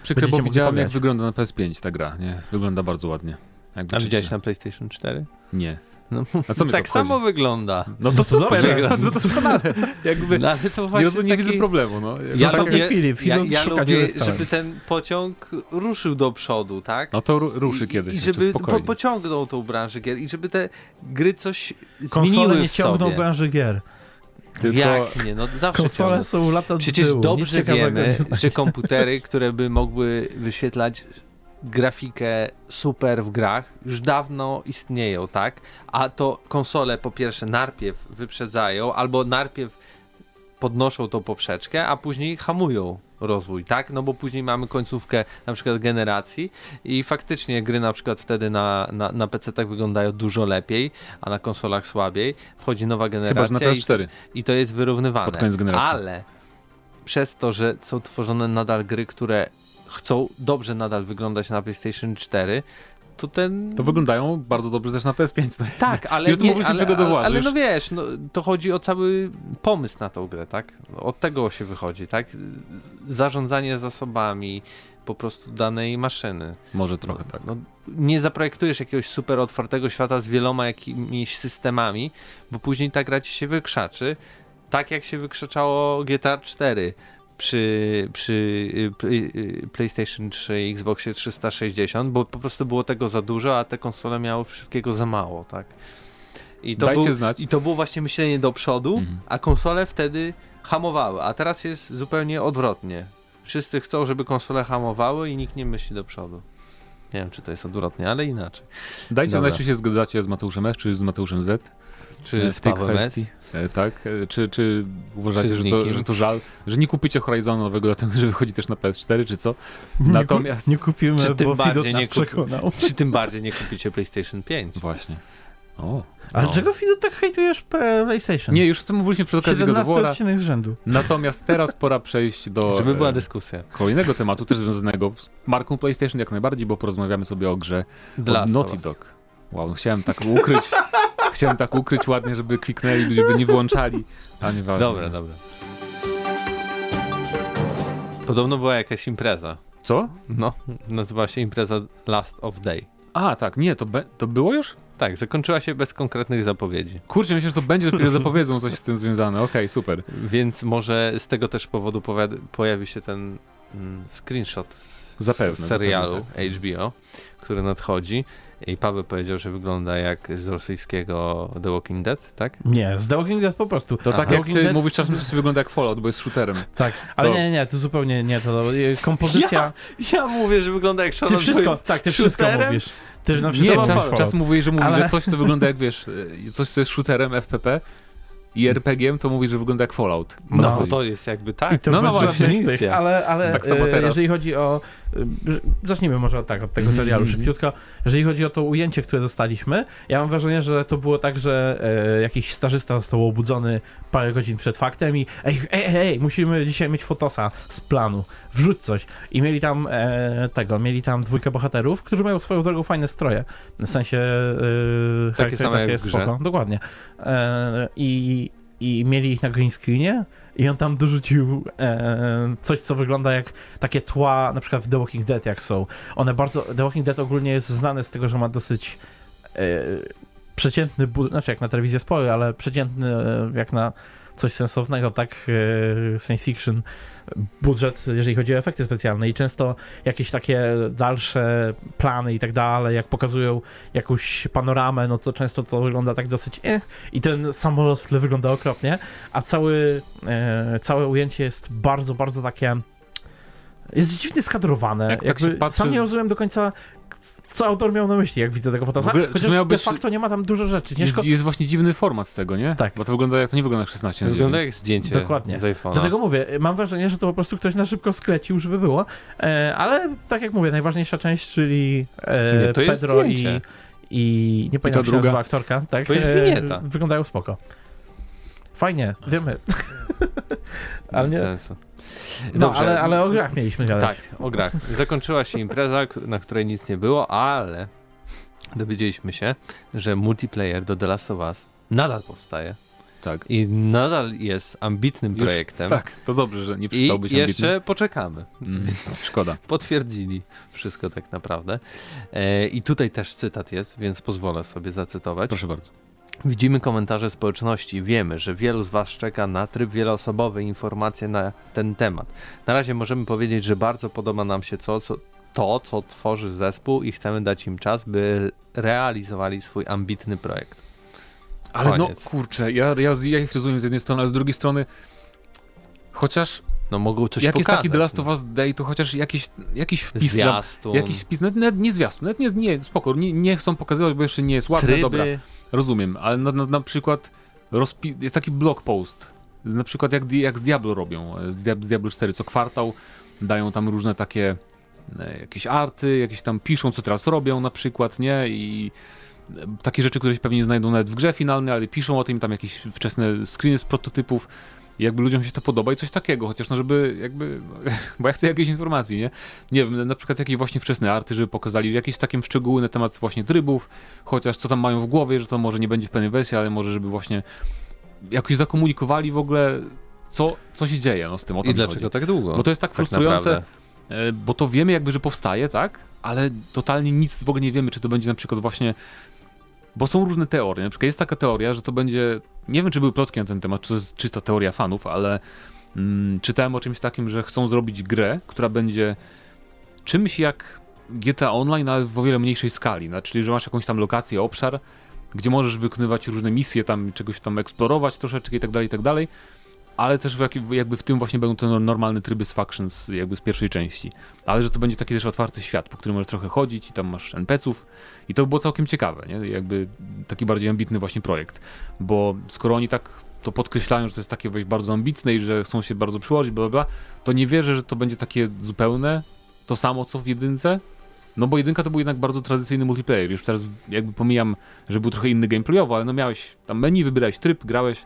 S2: przykre,
S3: będziecie
S2: bo
S3: mogli
S2: widziałem
S3: pograć.
S2: jak wygląda na P S pięć ta gra, nie? Wygląda bardzo ładnie. Jakby
S1: A
S2: czy-
S1: widziałeś
S2: czy-
S1: na PlayStation cztery?
S2: Nie.
S1: No,
S2: A co mi
S1: tak
S2: to
S1: samo
S2: obchodzi?
S1: wygląda.
S2: No to
S3: to
S2: super,
S3: dobrze.
S2: no doskonale. Jakby
S1: No, ale to
S2: nie,
S1: właśnie
S2: rozumiem, nie
S1: taki...
S2: widzę problemu, no.
S1: Ja
S3: Został
S1: lubię,
S3: Filip,
S1: ja,
S3: Filip
S1: ja
S3: szuka
S1: lubię
S3: dziury w całym.
S1: żeby ten pociąg ruszył do przodu, tak?
S2: No to ru- ruszy
S1: I,
S2: kiedyś,
S1: I
S2: jeszcze
S1: żeby po,
S2: spokojnie.
S1: pociągnął tą branżę gier i żeby te gry coś
S3: Konsole
S1: zmieniły
S3: nie
S1: w
S3: ciągną
S1: sobie.
S3: branży gier.
S2: Tylko
S1: Jak nie? No zawsze
S3: Konsole
S1: ciągną.
S3: są lata do
S1: Przecież
S3: tyłu.
S1: dobrze
S3: Nic ciekawego
S1: wiemy,
S3: nie znajdziesz.
S1: że komputery, które by mogły wyświetlać grafikę super w grach, już dawno istnieją, tak? A to konsole po pierwsze najpierw wyprzedzają, albo najpierw podnoszą tą poprzeczkę, a później hamują rozwój, tak? No bo później mamy końcówkę na przykład generacji i faktycznie gry na przykład wtedy na, na, na pecetach wyglądają dużo lepiej, a na konsolach słabiej. Wchodzi nowa
S2: chyba, że
S1: generacja
S2: na P S cztery.
S1: i, i to jest wyrównywane.
S2: Pod koniec generacji.
S1: Ale przez to, że są tworzone nadal gry, które chcą dobrze nadal wyglądać na PlayStation cztery, to ten...
S2: To wyglądają bardzo dobrze też na P S pięć. No.
S1: Tak, ale,
S2: Już tu
S1: nie,
S2: mówiliśmy
S1: ale,
S2: czego do
S1: ale,
S2: władzy,
S1: ale
S2: już-
S1: no wiesz, no, to chodzi o cały pomysł na tą grę, tak? Od tego się wychodzi, tak? Zarządzanie zasobami po prostu danej maszyny.
S2: Może trochę tak.
S1: No, nie zaprojektujesz jakiegoś super otwartego świata z wieloma jakimiś systemami, bo później ta gra ci się wykrzaczy, tak jak się wykrzyczało G T A cztery przy, przy y, y, y, PlayStation trzy, Xboxie trzysta sześćdziesiąt, bo po prostu było tego za dużo, a te konsole miały wszystkiego za mało, tak? I to,
S2: Dajcie
S1: był,
S2: znać.
S1: I to było właśnie myślenie do przodu,
S2: Mhm.
S1: a konsole wtedy hamowały, a teraz jest zupełnie odwrotnie. Wszyscy chcą, żeby konsole hamowały i nikt nie myśli do przodu. Nie wiem, czy to jest odwrotnie, ale inaczej.
S2: Dajcie
S1: Dobra.
S2: znać, czy się zgadzacie z Mateuszem S, czy z Mateuszem Z.
S1: Czy
S2: e,
S1: z
S2: w tej
S1: Pawłem
S2: kwestii.
S1: S?
S2: E, Tak, e, czy, czy uważacie,
S1: Czy z
S2: że to,
S1: nikim?
S2: że to żal, że nie kupicie Horizona nowego, dlatego że wychodzi też na P S cztery, czy co?
S3: Nie,
S2: Natomiast-
S3: ku, nie kupimy,
S1: Czy tym
S3: bo
S1: bardziej
S3: Fidot nas
S1: nie kup-
S3: przekonał.
S1: Czy tym bardziej nie kupicie PlayStation pięć?
S2: Właśnie. O.
S3: Ale
S1: No.
S3: czego Fidot tak hejtujesz P- PlayStation?
S2: Nie, już o tym mówiliśmy przy okazji God of
S3: siedemnasty
S2: War'a.
S3: odcinek z rzędu.
S2: Natomiast teraz pora przejść do
S1: Żeby była
S2: e,
S1: dyskusja.
S2: kolejnego tematu, też związanego z marką PlayStation jak najbardziej, bo porozmawiamy sobie o grze
S1: Dla
S2: od Naughty Dog. Wow, chciałem tak ukryć, chciałem tak ukryć ładnie, żeby kliknęli, żeby nie wyłączali, a nieważne.
S1: Dobra, dobra. Podobno była jakaś impreza.
S2: Co?
S1: No, nazywała się impreza Last of Day.
S2: A, tak, nie, to, be, to było już?
S1: Tak, zakończyła się bez konkretnych zapowiedzi.
S2: Kurczę, myślę, że to będzie dopiero zapowiedzą coś z tym związane. Okej, super.
S1: Więc może z tego też powodu powiad- pojawi się ten mm, screenshot z,
S2: Zapewne,
S1: z serialu
S2: zapewne
S1: H B O, który nadchodzi. I Paweł powiedział, że wygląda jak z rosyjskiego The Walking Dead, tak?
S3: Nie, z The Walking Dead po prostu.
S2: To
S1: Aha.
S2: tak jak
S3: Walking
S2: ty
S3: Dead-
S2: mówisz czasem, że wygląda jak Fallout, bo jest shooterem.
S3: Tak, ale
S2: To-
S3: nie, nie, to zupełnie nie, to y, kompozycja...
S1: Ja mówię, że wygląda jak
S3: Ty
S1: Shadow
S3: wszystko, tak, ty wszystko
S1: shooterem?
S3: mówisz. Ty na
S2: Nie,
S3: wszystko
S2: czas,
S3: mówisz.
S2: czas mówisz, że mówisz,
S3: Ale-
S2: że coś, co wygląda jak, wiesz, y, coś, co jest shooterem F P P i R P G-em, to mówisz, że wygląda jak Fallout.
S1: No,
S3: No.
S1: to jest jakby
S3: I
S1: tak.
S3: to
S2: No, no
S3: bez
S2: właśnie.
S3: żadnych tych,
S1: Definicja.
S3: ale, ale
S2: Tak samo
S3: e,
S2: teraz.
S3: jeżeli chodzi o... e, że- Zacznijmy może od, tak, od tego
S2: Mhm,
S3: serialu
S2: mhm.
S3: szybciutko. Jeżeli chodzi o to ujęcie, które dostaliśmy, ja mam wrażenie, że to było tak, że e, jakiś stażysta został obudzony parę godzin przed faktem i ej, ej, ej, ej musimy dzisiaj mieć fotosa z planu, wrzuć coś. I mieli tam e, tego, mieli tam dwójkę bohaterów, którzy mają swoją drogą fajne stroje. W sensie e,
S1: Takie same
S3: charakteryzacja
S1: jak w
S3: jest
S1: grze.
S3: spoko. Dokładnie. E, i, I mieli ich na green screenie i on tam dorzucił e, coś, co wygląda jak takie tła, na przykład w The Walking Dead, jak są. One bardzo, The Walking Dead ogólnie jest znane z tego, że ma dosyć e, przeciętny, bu- znaczy jak na telewizję spory, ale przeciętny e, jak na coś sensownego, tak, e, science fiction budżet, jeżeli chodzi o efekty specjalne i często jakieś takie dalsze plany i tak dalej, jak pokazują jakąś panoramę, no to często to wygląda tak dosyć eh, i ten samolot w tle wygląda okropnie, a cały, e, całe ujęcie jest bardzo, bardzo takie jest dziwnie skadrowane.
S2: Jak tak
S3: Jakby
S2: się patrzy
S3: sam nie
S2: z-
S3: rozumiem do końca, co autor miał na myśli, jak widzę tego
S2: W
S3: fotosa,
S2: ogóle, czy
S3: chociaż
S2: miał
S3: de
S2: być-
S3: facto nie ma tam dużo rzeczy. Ciężko...
S2: Jest, jest właśnie dziwny format z tego, nie?
S3: Tak.
S2: Bo to wygląda jak, to nie wygląda jak szesnaście
S1: To
S2: na
S1: wygląda
S2: dziewięć.
S1: jak zdjęcie
S3: Dokładnie.
S1: z iPhone'a.
S3: Dlatego mówię, mam wrażenie, że to po prostu ktoś na szybko sklecił, żeby było, e, ale tak jak mówię, najważniejsza część, czyli e,
S1: Nie, to jest
S3: Pedro i,
S1: zdjęcie.
S3: i nie pamiętam, jak się
S2: druga?
S3: nazywa aktorka, tak?
S1: To jest
S3: e,
S1: winieta.
S3: Wyglądają spoko. Fajnie, wiemy. ale
S1: Bez
S3: nie,
S1: sensu.
S3: no, ale, ale o grach mieliśmy gadać.
S1: Tak, o grach. Zakończyła się impreza, k- na której nic nie było, ale dowiedzieliśmy się, że multiplayer do The Last of Us nadal powstaje
S2: Tak.
S1: I nadal jest ambitnym
S2: Już,
S1: projektem.
S2: Tak, to dobrze, że nie przestał
S1: I
S2: być
S1: jeszcze
S2: ambitny.
S1: poczekamy.
S2: Mm, szkoda.
S1: Potwierdzili wszystko tak naprawdę. E, I tutaj też cytat jest, więc pozwolę sobie zacytować.
S2: Proszę bardzo.
S1: Widzimy komentarze społeczności, wiemy, że wielu z Was czeka na tryb wieloosobowy i informacje na ten temat. Na razie możemy powiedzieć, że bardzo podoba nam się co, co, to, co tworzy zespół i chcemy dać im czas, by realizowali swój ambitny projekt.
S2: Ale
S1: Koniec.
S2: no kurczę, ja, ja, ja ich rozumiem z jednej strony, ale z drugiej strony chociaż
S1: No mogą coś
S2: jak
S1: pokazać.
S2: jest taki The Last of Us Day, to chociaż jakiś, jakiś wpis, na,
S1: Zwiastun,
S2: jakiś wpis, nawet, nawet nie zwiastun, nawet nie, nie spoko, nie, nie chcą pokazywać, bo jeszcze nie jest ładne,
S1: tryby.
S2: dobra, rozumiem, ale na, na, na przykład rozpi- jest taki blog post, na przykład jak, jak z Diablo robią, z, Diab- z Diablo cztery, co kwartał dają tam różne takie e, jakieś arty, jakieś tam piszą, co teraz robią na przykład, nie, i takie rzeczy, które się pewnie nie znajdą nawet w grze finalnej, ale piszą o tym, tam jakieś wczesne screeny z prototypów i jakby ludziom się to podoba i coś takiego, chociaż no żeby jakby, no, bo ja chcę jakiejś informacji, nie? Nie wiem, na przykład jakieś właśnie wczesne arty, żeby pokazali jakieś takie szczegóły na temat właśnie trybów, chociaż co tam mają w głowie, że to może nie będzie w pełnej wersji, ale może żeby właśnie jakoś zakomunikowali w ogóle co, co się dzieje no, z tym, o to
S1: I
S2: mi
S1: dlaczego
S2: chodzi.
S1: tak długo?
S2: Bo to jest tak,
S1: tak
S2: frustrujące,
S1: naprawdę.
S2: e, bo to wiemy jakby, że powstaje, tak? Ale totalnie nic w ogóle nie wiemy, czy to będzie na przykład właśnie. Bo są różne teorie. Na przykład jest taka teoria, że to będzie. Nie wiem, czy były plotki na ten temat, czy to jest czysta teoria fanów, ale mm, czytałem o czymś takim, że chcą zrobić grę, która będzie czymś jak G T A Online, ale w o wiele mniejszej skali. No, czyli, że masz jakąś tam lokację, obszar, gdzie możesz wykonywać różne misje, tam czegoś tam eksplorować troszeczkę i tak dalej, i tak dalej. Ale też w jak, jakby w tym właśnie będą te normalne tryby z Factions jakby z pierwszej części. Ale że to będzie taki też otwarty świat, po którym możesz trochę chodzić i tam masz en pe ce ów i to by było całkiem ciekawe, nie? Jakby taki bardziej ambitny właśnie projekt. Bo skoro oni tak to podkreślają, że to jest takie wejść bardzo ambitne i że chcą się bardzo przyłożyć, bla, bla, bla, to nie wierzę, że to będzie takie zupełne to samo, co w jedynce. No bo jedynka to był jednak bardzo tradycyjny multiplayer. Już teraz jakby pomijam, że był trochę inny gameplayowo, ale no miałeś tam menu, wybierałeś tryb, grałeś.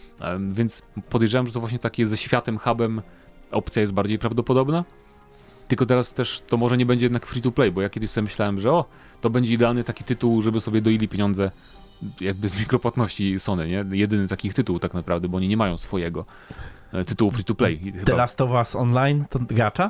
S2: Więc podejrzewam, że to właśnie takie ze światem, hubem opcja jest bardziej prawdopodobna. Tylko teraz też to może nie będzie jednak free to play, bo ja kiedyś sobie myślałem, że o, to będzie idealny taki tytuł, żeby sobie doili pieniądze jakby z mikropłatności Sony, nie? Jedyny taki tytuł tak naprawdę, bo oni nie mają swojego tytułu free to play.
S3: The
S2: Chyba.
S3: Last of Us Online to gacza?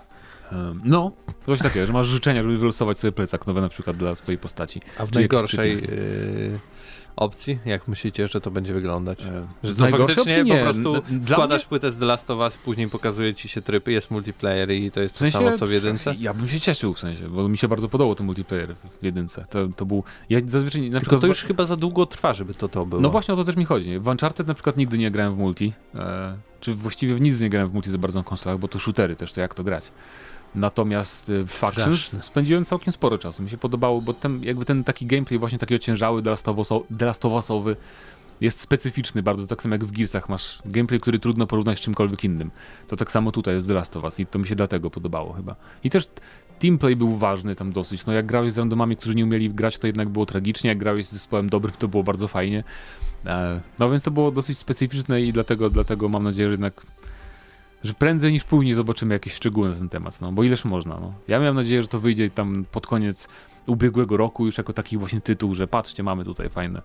S2: No, coś takiego, że masz życzenia, żeby wylosować sobie plecak nowy na przykład dla swojej postaci.
S1: A w
S2: Czy
S1: najgorszej
S2: jakiś
S1: yy, opcji, jak myślicie, że to będzie wyglądać?
S2: E,
S1: Że
S2: w
S1: to
S2: najgorszej
S1: faktycznie
S2: opcji
S1: po
S2: nie.
S1: prostu
S2: N- dla
S1: wkładasz
S2: mnie-
S1: płytę z The Last of Us, później pokazuje ci się tryb, jest multiplayer i to jest
S2: W sensie,
S1: to samo co w jedynce?
S2: Ja bym się cieszył w sensie, bo mi się bardzo podobał ten multiplayer w jedynce. To, to był. Ja zazwyczaj na
S1: Tylko
S2: przykład.
S1: to już chyba za długo trwa, żeby to to było.
S2: No właśnie o to też mi chodzi. W Uncharted na przykład nigdy nie grałem w multi. E, czy właściwie w nic nie grałem w multi za bardzo na konsolach, bo to shootery też, to jak to grać. Natomiast w Factions
S1: Straszne.
S2: spędziłem całkiem sporo czasu. Mi się podobało, bo ten, jakby ten taki gameplay właśnie taki ociężały, The Last of Us- The Last of Usowy jest specyficzny bardzo, tak samo jak w Gearsach masz gameplay, który trudno porównać z czymkolwiek innym. To tak samo tutaj jest w The Last of Us i to mi się dlatego podobało chyba. I też teamplay był ważny tam dosyć. No jak grałeś z randomami, którzy nie umieli grać, to jednak było tragicznie. Jak grałeś z zespołem dobrym, to było bardzo fajnie. E, no więc to było dosyć specyficzne i dlatego, dlatego mam nadzieję, że jednak że prędzej niż później zobaczymy jakieś szczegóły na ten temat, no bo ileż można, no. Ja miałem nadzieję, że to wyjdzie tam pod koniec ubiegłego roku już jako taki właśnie tytuł, że patrzcie, mamy tutaj fajne,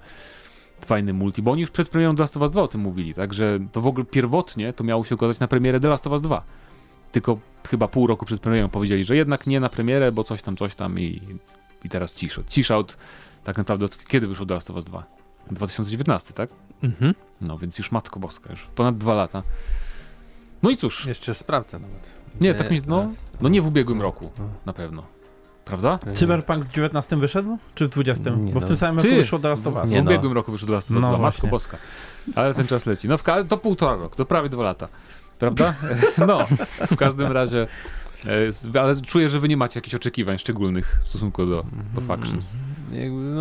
S2: fajny multi, bo oni już przed premierą The Last of Us dwa o tym mówili, tak, że to w ogóle pierwotnie to miało się okazać na premierę The Last of Us dwa, tylko chyba pół roku przed premierą powiedzieli, że jednak nie na premierę, bo coś tam, coś tam i, i teraz cisza. Cisza od, tak naprawdę od kiedy wyszło The Last of Us dwa? dwa tysiące dziewiętnasty, tak?
S1: Mhm.
S2: No więc już Matko Boska, już ponad dwa lata. No i cóż.
S1: Jeszcze sprawdzę nawet.
S2: Nie, tak mi, no,
S1: teraz-
S2: no nie w ubiegłym roku,
S1: No.
S2: na pewno. Prawda?
S3: Cyberpunk w dziewiętnastym wyszedł? Czy w dwudziestym?
S1: Nie,
S3: Bo w
S1: no.
S3: tym samym
S2: Ty!
S3: roku wyszło The Last of Us.
S2: W
S1: Nie no.
S2: ubiegłym roku wyszło The Last of Us
S3: No
S2: dwa, Matko
S3: właśnie.
S2: Boska. Ale ten czas leci. No w ka- to półtora roku, to prawie dwa lata. Prawda? No, w każdym razie. e, s- Ale czuję, że wy nie macie jakichś oczekiwań szczególnych w stosunku do, do Factions.
S1: Jakby, no,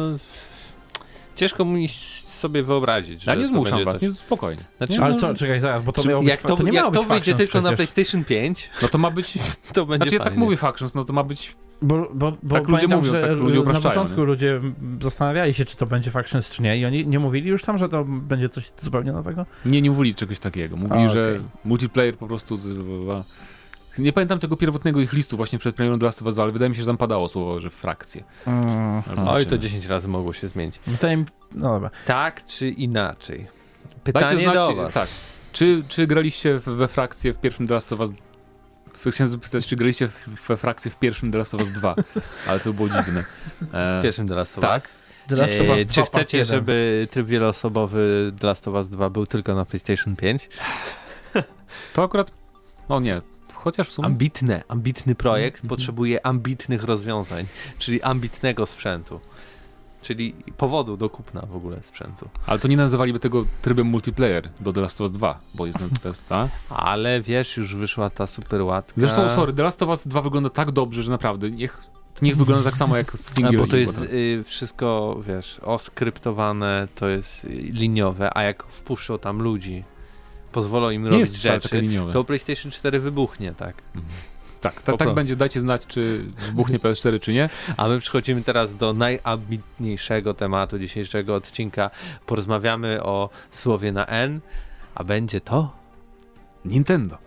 S1: ciężko mi sobie wyobrazić, że
S2: Ja nie
S1: to
S2: zmuszam
S1: będzie
S2: was,
S1: coś...
S2: nie, spokojnie.
S1: Znaczy,
S2: Nie,
S3: Ale
S2: no,
S3: co, czekaj, zaraz, bo to
S1: Czy
S3: miało być,
S1: jak to,
S3: to nie
S1: jak
S3: miało
S1: to
S3: być
S1: wyjdzie
S3: Factions
S1: tylko na
S3: przecież.
S1: PlayStation pięć,
S2: No to ma być.
S1: to będzie
S2: Znaczy, ja tak
S1: fajnie.
S2: mówię Factions, no to ma być.
S3: Bo, bo, bo
S2: Tak ludzie
S3: pamiętam,
S2: mówią,
S3: że
S2: tak ludzie
S3: na
S2: upraszczają,
S3: początku
S2: nie?
S3: ludzie zastanawiali się, czy to będzie Factions, czy nie i oni nie mówili już tam, że to będzie coś zupełnie nowego?
S2: Nie, nie mówili czegoś takiego. Mówili,
S3: A,
S2: że
S3: okej.
S2: multiplayer po prostu. Nie pamiętam tego pierwotnego ich listu właśnie przed premierą The Last of Us dwa, ale wydaje mi się, że tam padało słowo, że frakcje.
S3: Mm.
S2: Zobaczymy.
S1: Oj, to dziesięć razy mogło się zmienić.
S3: Wydaje mi... No dobra.
S1: Tak czy inaczej. Pytanie
S2: znać,
S1: do was.
S2: Tak. Czy, czy graliście we frakcję w pierwszym The Last of Us? Chciałem zapytać, czy graliście we frakcję w pierwszym The Last of Us dwa, ale to było dziwne. E,
S1: W pierwszym The Last of
S2: tak.
S1: Us?
S3: The Last of Us
S1: Eee,
S3: dwa,
S1: czy
S3: part
S1: chcecie,
S3: jeden.
S1: żeby tryb wieloosobowy The Last of Us dwa był tylko na PlayStation pięć?
S2: to akurat, no nie, chociaż w sumie...
S1: Ambitne, ambitny projekt
S2: Mhm.
S1: potrzebuje ambitnych rozwiązań, czyli ambitnego sprzętu. Czyli powodu do kupna w ogóle sprzętu.
S2: Ale to nie nazywaliby tego trybem multiplayer do The Last of Us dwa, bo jest na to jest, tak?
S1: Ale wiesz, już wyszła ta super łatka.
S2: Zresztą, sorry, The Last of Us dwa wygląda tak dobrze, że naprawdę, niech, niech wygląda tak samo jak single.
S1: Bo to jest y, wszystko, wiesz, oskryptowane, to jest y, liniowe, a jak wpuszczą tam ludzi, pozwolą im
S2: nie
S1: robić
S2: jest wcale takie
S1: rzeczy,
S2: liniowe.
S1: to PlayStation cztery wybuchnie, tak?
S2: Mhm. Tak,
S1: Po
S2: ta, tak
S1: prostu.
S2: będzie, dajcie znać, czy wybuchnie P S cztery, czy nie.
S1: A my przechodzimy teraz do najambitniejszego tematu dzisiejszego odcinka. Porozmawiamy o słowie na N, a będzie to...
S2: Nintendo.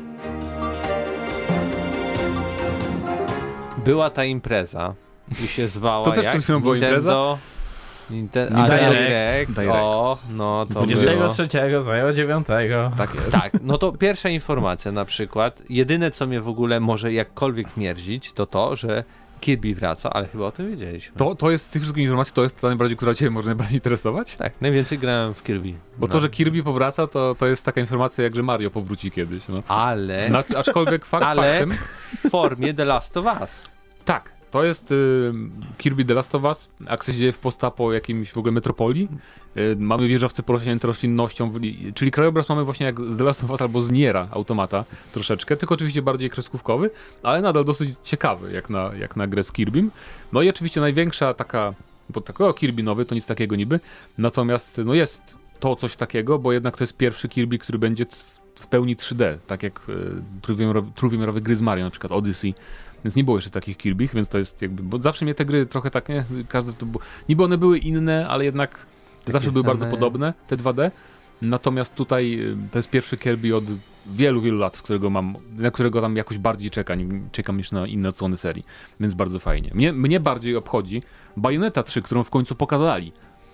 S1: Była ta impreza i się zwała
S2: To też
S1: jak?
S2: przed chwilą była
S1: Nintendo... Ninte... A,
S2: Nintendo
S1: Direct.
S2: Direct.
S1: O, no to
S3: dwudziestego
S1: było...
S3: trzeciego zajęło dziewiątego.
S2: Tak jest.
S1: Tak, no to pierwsza informacja na przykład. Jedyne, co mnie w ogóle może jakkolwiek mierzić, to to, że Kirby wraca, ale chyba o tym wiedzieliśmy.
S2: To, to jest z tych wszystkich informacji, to jest ta najbardziej, która cię może najbardziej interesować?
S1: Tak, najwięcej grałem w Kirby.
S2: Bo
S1: no.
S2: to, że Kirby powraca, to, to jest taka informacja, jak że Mario powróci kiedyś. No.
S1: Ale
S2: Na, aczkolwiek fakt
S1: Ale-
S2: faktem...
S1: w formie The Last of Us.
S2: Tak, to jest y, Kirby The Last of Us, akcja się dzieje w postapo jakimś w ogóle metropolii. Y, mamy wieżowce porośnięte roślinnością, w- czyli krajobraz mamy właśnie jak z The Last of Us albo z Niera Automata troszeczkę, tylko oczywiście bardziej kreskówkowy, ale nadal dosyć ciekawy jak na, jak na grę z Kirbym. No i oczywiście największa taka, bo takiego Kirby nowy to nic takiego niby, natomiast no jest to coś takiego, bo jednak to jest pierwszy Kirby, który będzie w, w pełni trzy D, tak jak y, trójwymiarowe, trójwymiarowe gry z Mario, na przykład Odyssey. Więc nie było jeszcze takich Kirby, więc to jest jakby, bo zawsze mnie te gry trochę tak, nie, każde to było, niby one były inne, ale jednak zawsze były
S1: same.
S2: bardzo podobne, te dwa D. Natomiast tutaj y, to jest pierwszy Kirby od wielu, wielu lat, w którego mam, na którego tam jakoś bardziej czekam, czekam niż na inne odsłony serii, więc bardzo fajnie. Mnie, mnie bardziej obchodzi Bayonetta trzy, którą w końcu pokazali.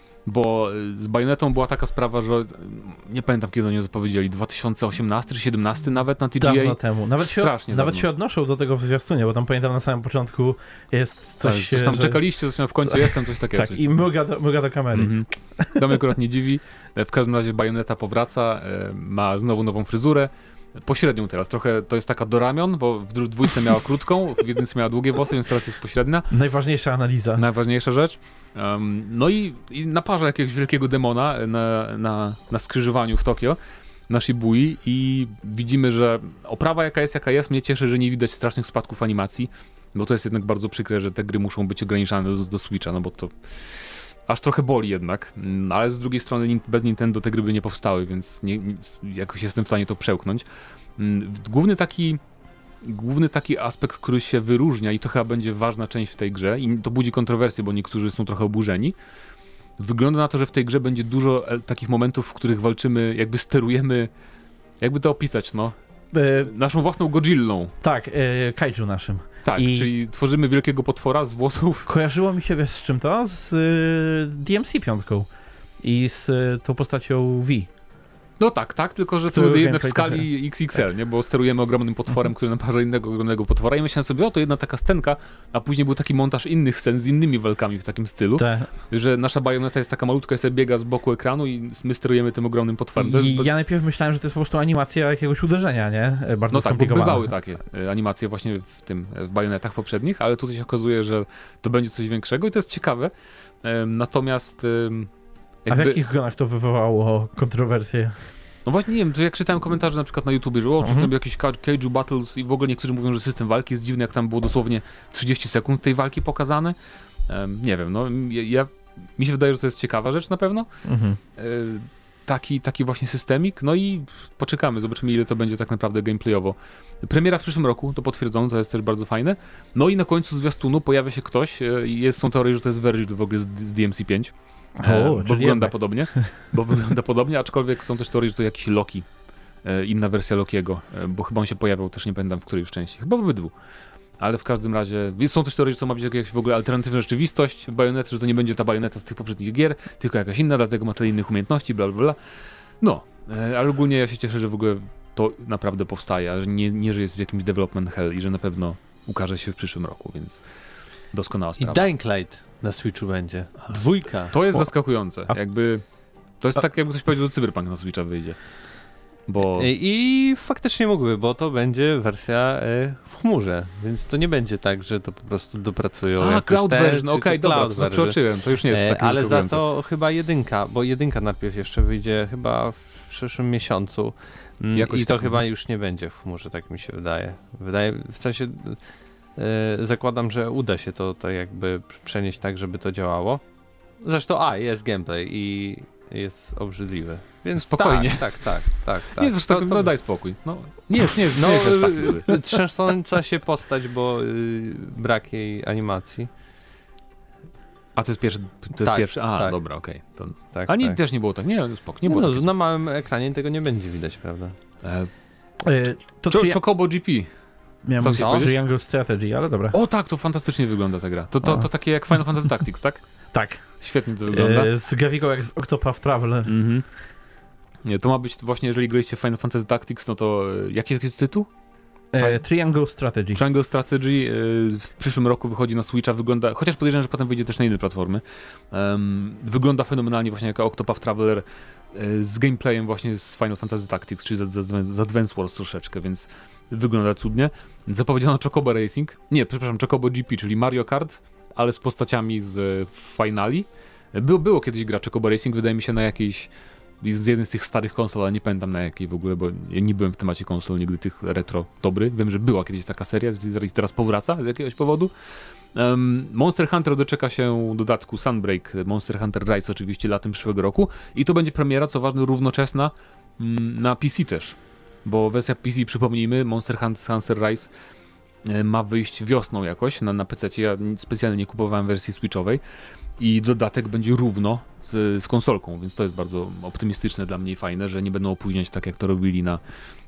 S2: Bo y, z Bayonetą była taka sprawa, że y, nie pamiętam kiedy oni zapowiedzieli, dwa tysiące osiemnasty czy dwa tysiące siedemnasty nawet na T G A.
S3: Dawno temu. Nawet, się,
S2: Strasznie
S3: nawet
S2: dawno.
S3: się odnoszą do tego w zwiastunie, bo tam pamiętam na samym początku jest coś...
S2: Coś, coś tam
S3: że...
S2: czekaliście, coś tam w końcu jestem, coś takiego.
S3: Tak,
S2: coś
S3: i myga do, myga do kamery.
S2: Mhm. To mnie akurat nie dziwi. W każdym razie Bayonetta powraca, e, ma znowu nową fryzurę. Pośrednią teraz, trochę to jest taka do ramion, bo w dru- dwójce miała krótką, w jedynce miała długie włosy, więc teraz jest pośrednia.
S3: Najważniejsza analiza.
S2: Najważniejsza rzecz. Um, no i, i naparza jakiegoś wielkiego demona na, na, na skrzyżowaniu w Tokio, na Shibui i widzimy, że oprawa jaka jest, jaka jest, mnie cieszy, że nie widać strasznych spadków animacji, bo to jest jednak bardzo przykre, że te gry muszą być ograniczane do, do Switcha, no bo to aż trochę boli jednak, Mm, ale z drugiej strony nin- bez Nintendo te gry by nie powstały, więc nie, nie, jakoś jestem w stanie to przełknąć. Mm, Główny taki Główny taki aspekt, który się wyróżnia i to chyba będzie ważna część w tej grze i to budzi kontrowersje, bo niektórzy są trochę oburzeni. Wygląda na to, że w tej grze będzie dużo e, takich momentów, w których walczymy, jakby sterujemy, jakby to opisać, no,
S3: E,
S2: naszą własną Godzillą.
S3: tak, e, kaiju naszym.
S2: Tak,
S3: I-
S2: czyli tworzymy wielkiego potwora z włosów.
S3: Kojarzyło mi się, wiesz z czym to? Z y, D M C piątką i z y, tą postacią V.
S2: No tak, tak, tylko że
S3: Który
S2: tu jednak w
S3: gameplay
S2: skali X X L, nie? Bo sterujemy ogromnym potworem, który naparza innego ogromnego potwora i myślałem sobie, o to jedna taka scenka, a później był taki montaż innych scen z innymi walkami w takim stylu,
S3: Te.
S2: że nasza bajoneta jest taka malutka i sobie biega z boku ekranu i my sterujemy tym ogromnym potworem. To jest,
S3: I
S2: to,
S3: ja najpierw myślałem, że to jest po prostu animacja jakiegoś uderzenia, nie? E, Bardzo
S2: no tak, bo
S3: skomplikowana.
S2: bywały takie e, animacje właśnie w tym, e, w bajonetach poprzednich, ale tutaj się okazuje, że to będzie coś większego i to jest ciekawe. E, Natomiast em,
S3: A w
S2: jakby,
S3: jakich gronach to wywołało kontrowersje?
S2: no właśnie nie wiem, to jak czytałem komentarze na przykład na YouTubie, że o,
S3: Mhm.
S2: mhm. jakieś ka- Kaiju Battles i w ogóle niektórzy mówią, że system walki jest dziwny, jak tam było dosłownie trzydzieści sekund tej walki pokazane. Em, nie wiem, no ja, ja, mi się wydaje, że to jest ciekawa rzecz na pewno.
S3: Mhm.
S2: E, taki, taki właśnie systemik, no i poczekamy, zobaczymy ile to będzie tak naprawdę gameplayowo. Premiera w przyszłym roku, to potwierdzono, to jest też bardzo fajne. No i na końcu zwiastunu pojawia się ktoś, e, i jest, są teorie, że to jest Vergil w ogóle z, z D M C pięć. E,
S3: O,
S2: bo
S3: czyli
S2: wygląda
S3: jednak.
S2: podobnie, bo wygląda podobnie, aczkolwiek są też teorie, że to jakiś Loki, e, inna wersja Lokiego, e, bo chyba on się pojawiał, też nie pamiętam w której już części, chyba w obydwu. ale w każdym razie są też teorie, że to ma być jakaś w ogóle alternatywna rzeczywistość Bajonety, że to nie będzie ta Bajoneta z tych poprzednich gier, tylko jakaś inna, dlatego ma tyle innych umiejętności, bla bla bla. No, ale ogólnie ja się cieszę, że w ogóle to naprawdę powstaje, a że nie, nie że jest w jakimś development hell i że na pewno ukaże się w przyszłym roku, więc doskonała sprawa.
S1: I Dying Light na Switchu będzie. Dwójka.
S2: To jest
S3: o.
S2: zaskakujące. Jakby, to jest a. tak, jakby ktoś powiedział, że Cyberpunk na Switcha wyjdzie. Bo...
S1: I, I faktycznie mógłby, bo to będzie wersja y, w chmurze, więc to nie będzie tak, że to po prostu dopracują
S2: A,
S1: jakoś
S2: cloud
S1: te,
S2: version, okej, okay, dobra,
S1: cloud
S2: to przeoczyłem, to już nie jest
S1: e,
S2: takie
S1: ale za to chyba jedynka, bo jedynka najpierw jeszcze wyjdzie chyba w przyszłym miesiącu mm,
S2: Jakoś
S1: i to
S2: tak,
S1: chyba
S2: no.
S1: już nie będzie w chmurze, tak mi się wydaje. Wydaje, w sensie y, zakładam, że uda się to, to jakby przenieść tak, żeby to działało. Zresztą, a, jest gameplay i jest obrzydliwy. Więc
S2: spokojnie.
S1: Tak, tak, tak, tak. tak.
S2: Nie jest aż tak, no daj spokój. No, nie jest, nie jest, no, nie jest aż tak zły.
S1: Trzęsąca się postać, bo y, brak jej animacji.
S2: A to jest pierwszy, to jest
S1: tak,
S2: pierwszy, a
S1: tak.
S2: dobra, okej. Okay.
S1: Tak,
S2: A nie,
S1: tak.
S2: też nie było tak, nie, spoko, nie
S1: no,
S2: było
S1: no,
S2: tak.
S1: na małym ekranie tego nie będzie widać, prawda?
S2: E,
S3: y, to
S2: Ch-
S3: tri-
S2: Chocobo G P.
S3: Miałem
S2: Co
S3: mówić
S2: chciałeś
S3: o
S2: powiedzieć?
S3: Triangle Strategy, ale dobra.
S2: O tak, to fantastycznie wygląda ta gra. To, to,
S3: A.
S2: to takie jak Final Fantasy Tactics, tak?
S3: Tak.
S2: Świetnie to wygląda.
S3: Y, z grafiką jak z Octopath Traveler.
S2: Mhm. Nie, to ma być właśnie, jeżeli graliście w Final Fantasy Tactics, no to e, jaki jest tytuł?
S3: E, Triangle Strategy.
S2: Triangle Strategy y, w przyszłym roku wychodzi na Switcha, wygląda, chociaż podejrzewam, że potem wyjdzie też na inne platformy, um, wygląda fenomenalnie właśnie jako Octopath Traveler y, z gameplayem właśnie z Final Fantasy Tactics, czyli z, z, z Advance Wars troszeczkę, więc wygląda cudnie. Zapowiedziano Chocobo Racing, nie, przepraszam, Chocobo G P, czyli Mario Kart, ale z postaciami z Finali. By, było kiedyś gra Chocobo Racing, wydaje mi się na jakiejś z jednej z tych starych konsol, ale nie pamiętam na jakiej w ogóle, bo ja nie byłem w temacie konsol nigdy tych retro dobry. Wiem, że była kiedyś taka seria i teraz powraca z jakiegoś powodu. Um, Monster Hunter doczeka się dodatku Sunbreak, Monster Hunter Rise oczywiście latem przyszłego roku i to będzie premiera, co ważne, równoczesna mm, na P C też, bo wersja P C, przypomnijmy, Monster Hunter Rise e, ma wyjść wiosną jakoś na, na pececie. Ja specjalnie nie kupowałem wersji switchowej. I dodatek będzie równo z, z konsolką, więc to jest bardzo optymistyczne dla mnie i fajne, że nie będą opóźniać tak jak to robili na,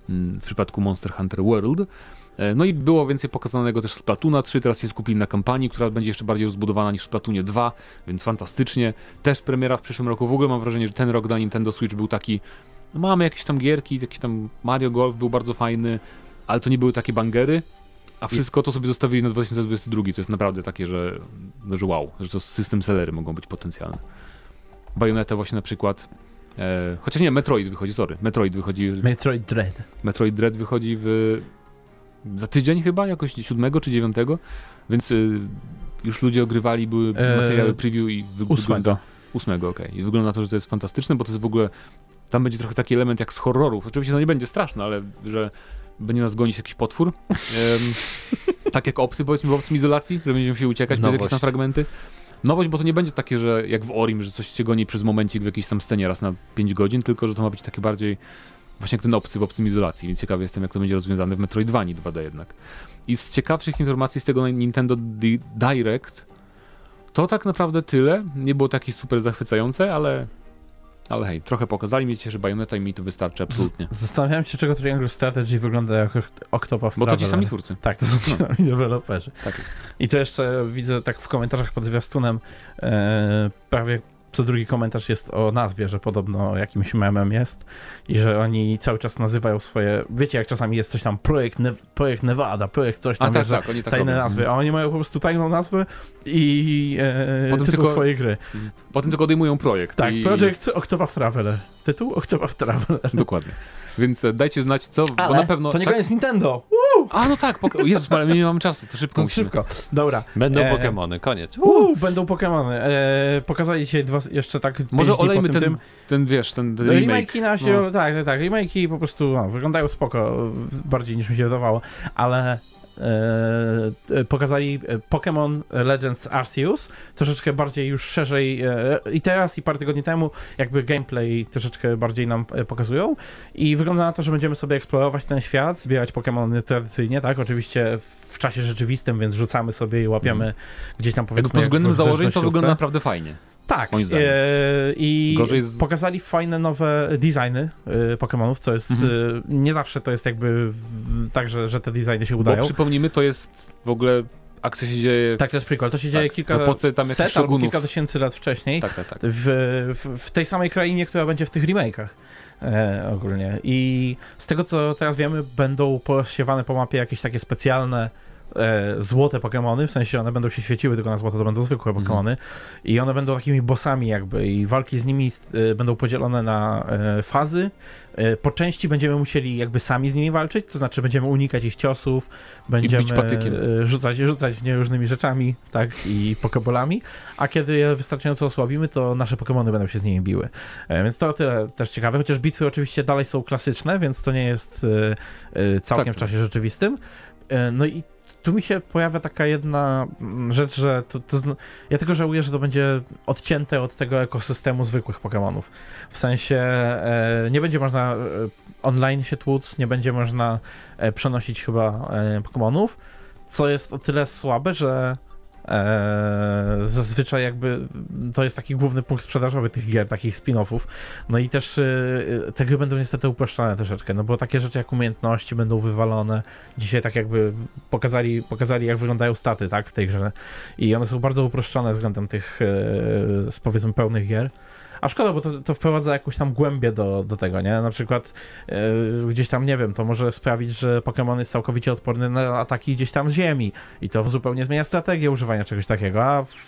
S2: w przypadku Monster Hunter World. No i było więcej pokazanego też Splatoona trzy, teraz się skupili na kampanii, która będzie jeszcze bardziej rozbudowana niż w Splatoonie dwa, więc fantastycznie. Też premiera w przyszłym roku. W ogóle mam wrażenie, że ten rok dla Nintendo Switch był taki, no mamy jakieś tam gierki, jakiś tam Mario Golf był bardzo fajny, ale to nie były takie bangery. A wszystko to sobie zostawili na dwa tysiące dwudziesty drugi, co jest naprawdę takie, że, że wow, że to system sellery mogą być potencjalne. Bayonetta właśnie na przykład, e, chociaż nie, Metroid wychodzi, sorry, Metroid wychodzi...
S3: Metroid Dread.
S2: Metroid Dread wychodzi w, za tydzień chyba, jakoś siódmego czy dziewiątego, więc y, już ludzie ogrywali, były
S3: e,
S2: materiały preview i wy,
S3: ósmego.
S2: wygląda... Ósmego, okej. Okay. I wygląda na to, że to jest fantastyczne, bo to jest w ogóle, tam będzie trochę taki element jak z horrorów. Oczywiście to nie będzie straszne, ale że będzie nas gonić jakiś potwór. Um, tak jak obcy, powiedzmy, w obcym izolacji, że będziemy się uciekać przez jakieś tam fragmenty. Nowość, bo to nie będzie takie, że jak w Orim, że coś cię goni przez momencik w jakiejś tam scenie raz na pięć godzin, tylko że to ma być takie bardziej właśnie jak ten obcy w obcym izolacji, więc ciekawy jestem, jak to będzie rozwiązane w Metroidvanii dwa D jednak. I z ciekawszych informacji z tego Nintendo Direct to tak naprawdę tyle. Nie było takie super zachwycające, ale Ale hej, trochę pokazali, mnie cieszy Bayonetta i mi to wystarczy absolutnie.
S3: Zastanawiałem się, czego Triangle Strategy wygląda jak Octopath Traveler.
S2: Bo to ci sami twórcy.
S3: Tak, to są ci
S2: no.
S3: sami deweloperzy.
S2: Tak jest.
S3: I to jeszcze widzę tak w komentarzach pod zwiastunem, e, prawie co drugi komentarz jest o nazwie, że podobno jakimś memem jest i że oni cały czas nazywają swoje, wiecie jak czasami jest coś tam, projekt, ne- projekt Nevada, projekt coś tam,
S2: a, tak,
S3: wiesz,
S2: tak, oni tak
S3: tajne
S2: robią.
S3: nazwy, a oni mają po prostu tajną nazwę i e,
S2: Potem
S3: tytuł
S2: tylko-
S3: swojej gry.
S2: Potem tylko odejmują projekt.
S3: Tak,
S2: i...
S3: Project Octopath Traveler. Tytuł Octopath Traveler.
S2: Dokładnie. Więc e, dajcie znać co,
S3: Ale
S2: bo na pewno...
S3: to nie
S2: tak?
S3: koniec Nintendo.
S2: A no tak, pok- Jezus, ale my nie mamy czasu, to szybko
S3: No
S2: musimy.
S3: szybko. Dobra.
S1: Będą
S3: E,
S1: Pokemony, koniec.
S3: Uuu, będą Pokemony. E, pokazali dzisiaj dwa, jeszcze tak pięć
S2: Może
S3: dni po
S2: olejmy
S3: tym,
S2: ten,
S3: tym.
S2: ten, wiesz, ten
S3: No,
S2: remake.
S3: remake'i na się,
S2: No.
S3: tak, tak, tak, remake'i po prostu no, wyglądają spoko, bardziej niż mi się wydawało, ale e, pokazali Pokémon Legends Arceus, troszeczkę bardziej już szerzej e, i teraz i parę tygodni temu jakby gameplay troszeczkę bardziej nam e, pokazują i wygląda na to, że będziemy sobie eksplorować ten świat, zbierać Pokémony tradycyjnie, tak, oczywiście w czasie rzeczywistym, więc rzucamy sobie i łapiemy
S2: Mhm.
S3: gdzieś tam
S2: Jakby
S3: powiedzmy...
S2: pod względem
S3: jak w
S2: założeń to
S3: zręcznościówce.
S2: wygląda naprawdę fajnie.
S3: Tak,
S2: moim zdaniem.
S3: E, i
S2: Gorzej z...
S3: pokazali fajne nowe designy e, Pokémonów, co jest, mhm. e, nie zawsze to jest jakby w, tak, że, że te designy się udają.
S2: Bo przypomnijmy, to jest w ogóle, akcja się dzieje...
S3: Tak, to jest prequel, to się dzieje
S2: tak,
S3: kilka,
S2: tam
S3: set albo kilka tysięcy lat wcześniej,
S2: tak, tak, tak.
S3: W, w, w tej samej krainie, która będzie w tych remake'ach. E, ogólnie. I z tego, co teraz wiemy, będą posiewane po mapie jakieś takie specjalne e, złote Pokemony, w sensie one będą się świeciły tylko na złoto, to będą zwykłe Pokemony mm. i one będą takimi bossami jakby i walki z nimi e, będą podzielone na e, fazy. E, po części będziemy musieli jakby sami z nimi walczyć, to znaczy będziemy unikać ich ciosów, będziemy e, rzucać, rzucać w nie różnymi rzeczami, tak, i pokebolami, a kiedy je wystarczająco osłabimy, to nasze Pokemony będą się z nimi biły. E, więc to tyle też ciekawe, chociaż bitwy oczywiście dalej są klasyczne, więc to nie jest e, e, całkiem tak, w czasie rzeczywistym. E, no i tu mi się pojawia taka jedna rzecz, że to, to zna... ja tylko żałuję, że to będzie odcięte od tego ekosystemu zwykłych Pokémonów. W sensie e, nie będzie można e, online się tłuc, nie będzie można e, przenosić chyba e, Pokémonów, co jest o tyle słabe, że Eee, zazwyczaj jakby to jest taki główny punkt sprzedażowy tych gier, takich spin-offów. No i też e, te gry będą niestety uproszczone troszeczkę, no bo takie rzeczy jak umiejętności będą wywalone. Dzisiaj tak jakby pokazali, pokazali jak wyglądają staty, tak, w tej grze. I one są bardzo uproszczone względem tych e, z powiedzmy pełnych gier. A szkoda, bo to, to wprowadza jakąś tam głębię do, do tego, nie? Na przykład yy, gdzieś tam, nie wiem, to może sprawić, że Pokémon jest całkowicie odporny na ataki gdzieś tam z ziemi i to zupełnie zmienia strategię używania czegoś takiego, a w,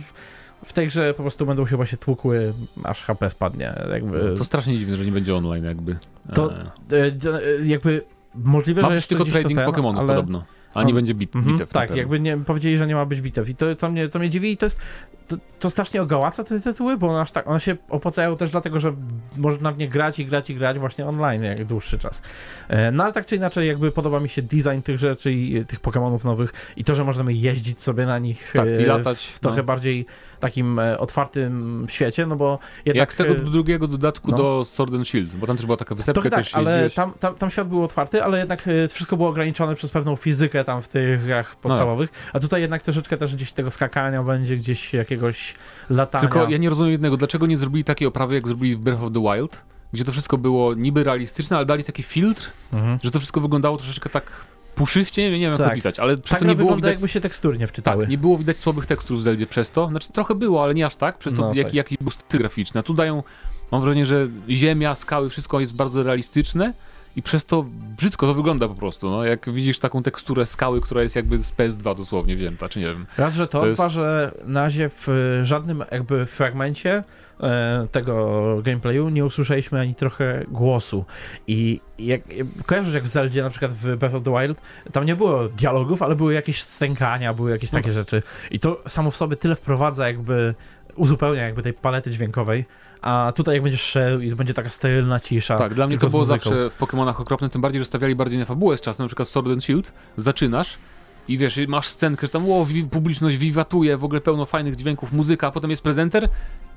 S3: w tej grze po prostu będą chyba się tłukły, aż H P spadnie. Jakby...
S2: No, to strasznie dziwne, że nie będzie online jakby.
S3: To yy, jakby możliwe,
S2: Ma
S3: że
S2: być
S3: jeszcze
S2: tylko trading
S3: ten,
S2: Pokémonów ale... podobno. A nie będzie bit,
S3: mhm,
S2: bitew.
S3: Tak, jakby nie, powiedzieli, że nie ma być bitew. I to, to, mnie, to mnie dziwi i to jest. To, to strasznie ogałaca te tytuły, bo one, aż tak, one się opłacają też dlatego, że można w nie grać i grać i grać właśnie online jak dłuższy czas. No ale tak czy inaczej, jakby podoba mi się design tych rzeczy i tych Pokémonów nowych i to, że możemy jeździć sobie na nich
S2: tak, i latać,
S3: w trochę no. bardziej takim otwartym świecie, no bo jednak...
S2: Jak z tego drugiego dodatku no. do Sword and Shield, bo tam też była taka wysepka,
S3: to
S2: też
S3: tak, ale tam, tam, tam świat był otwarty, ale jednak wszystko było ograniczone przez pewną fizykę tam w tych grach podstawowych, no. a tutaj jednak troszeczkę też gdzieś tego skakania będzie, gdzieś jakiegoś latania.
S2: Tylko ja nie rozumiem jednego, dlaczego nie zrobili takiej oprawy, jak zrobili w Breath of the Wild, gdzie to wszystko było niby realistyczne, ale dali taki filtr, mhm. że to wszystko wyglądało troszeczkę tak puszyście, nie, nie wiem jak tak. to pisać, ale przez
S3: tak
S2: to nie było widać...
S3: jakby się teksturnie wczytały.
S2: Tak, nie było widać słabych tekstur w Zeldzie przez to, znaczy trochę było, ale nie aż tak, przez to no, jaki,
S3: tak.
S2: jaki był styl graficzny. A tu dają, mam wrażenie, że ziemia, skały, wszystko jest bardzo realistyczne i przez to brzydko to wygląda po prostu, no, jak widzisz taką teksturę skały, która jest jakby z P S dwa dosłownie wzięta, czy nie wiem.
S3: Raz, że to, to dwa, jest... że na razie w żadnym jakby fragmencie e, tego gameplayu nie usłyszeliśmy ani trochę głosu i jak, kojarzysz jak w Zeldzie, na przykład w Breath of the Wild, tam nie było dialogów, ale były jakieś stękania, były jakieś takie no. rzeczy i to samo w sobie tyle wprowadza jakby, uzupełnia jakby tej palety dźwiękowej, a tutaj jak będziesz szedł i będzie taka sterylna cisza.
S2: Tak, dla mnie to było zawsze w Pokémonach okropne, tym bardziej, że stawiali bardziej na fabułę z czasem, na przykład Sword and Shield, zaczynasz i wiesz, masz scenkę, że tam o, publiczność wiwatuje, w ogóle pełno fajnych dźwięków, muzyka, a potem jest prezenter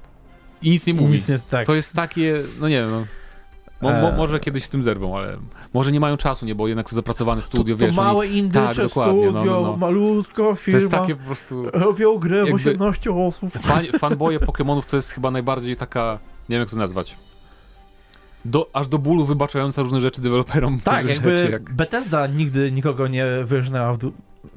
S2: i nic nie mówi.
S3: Nic nie, tak.
S2: To jest takie, no nie wiem, no. Mo, mo, może kiedyś z tym zerwą, ale może nie mają czasu, nie, bo jednak to zapracowane studio,
S3: to, to
S2: wiesz.
S3: małe indyczne tak, studio, no, no, no. malutko firma,
S2: to jest takie po prostu...
S3: Robią grę w osiemnaście osób.
S2: Fan, fanboye Pokémonów to jest chyba najbardziej taka, nie wiem jak to nazwać, do, aż do bólu wybaczająca różne rzeczy deweloperom.
S3: Tak, jakby
S2: rzeczy, jak...
S3: Bethesda nigdy nikogo nie wyrżnęła w, du-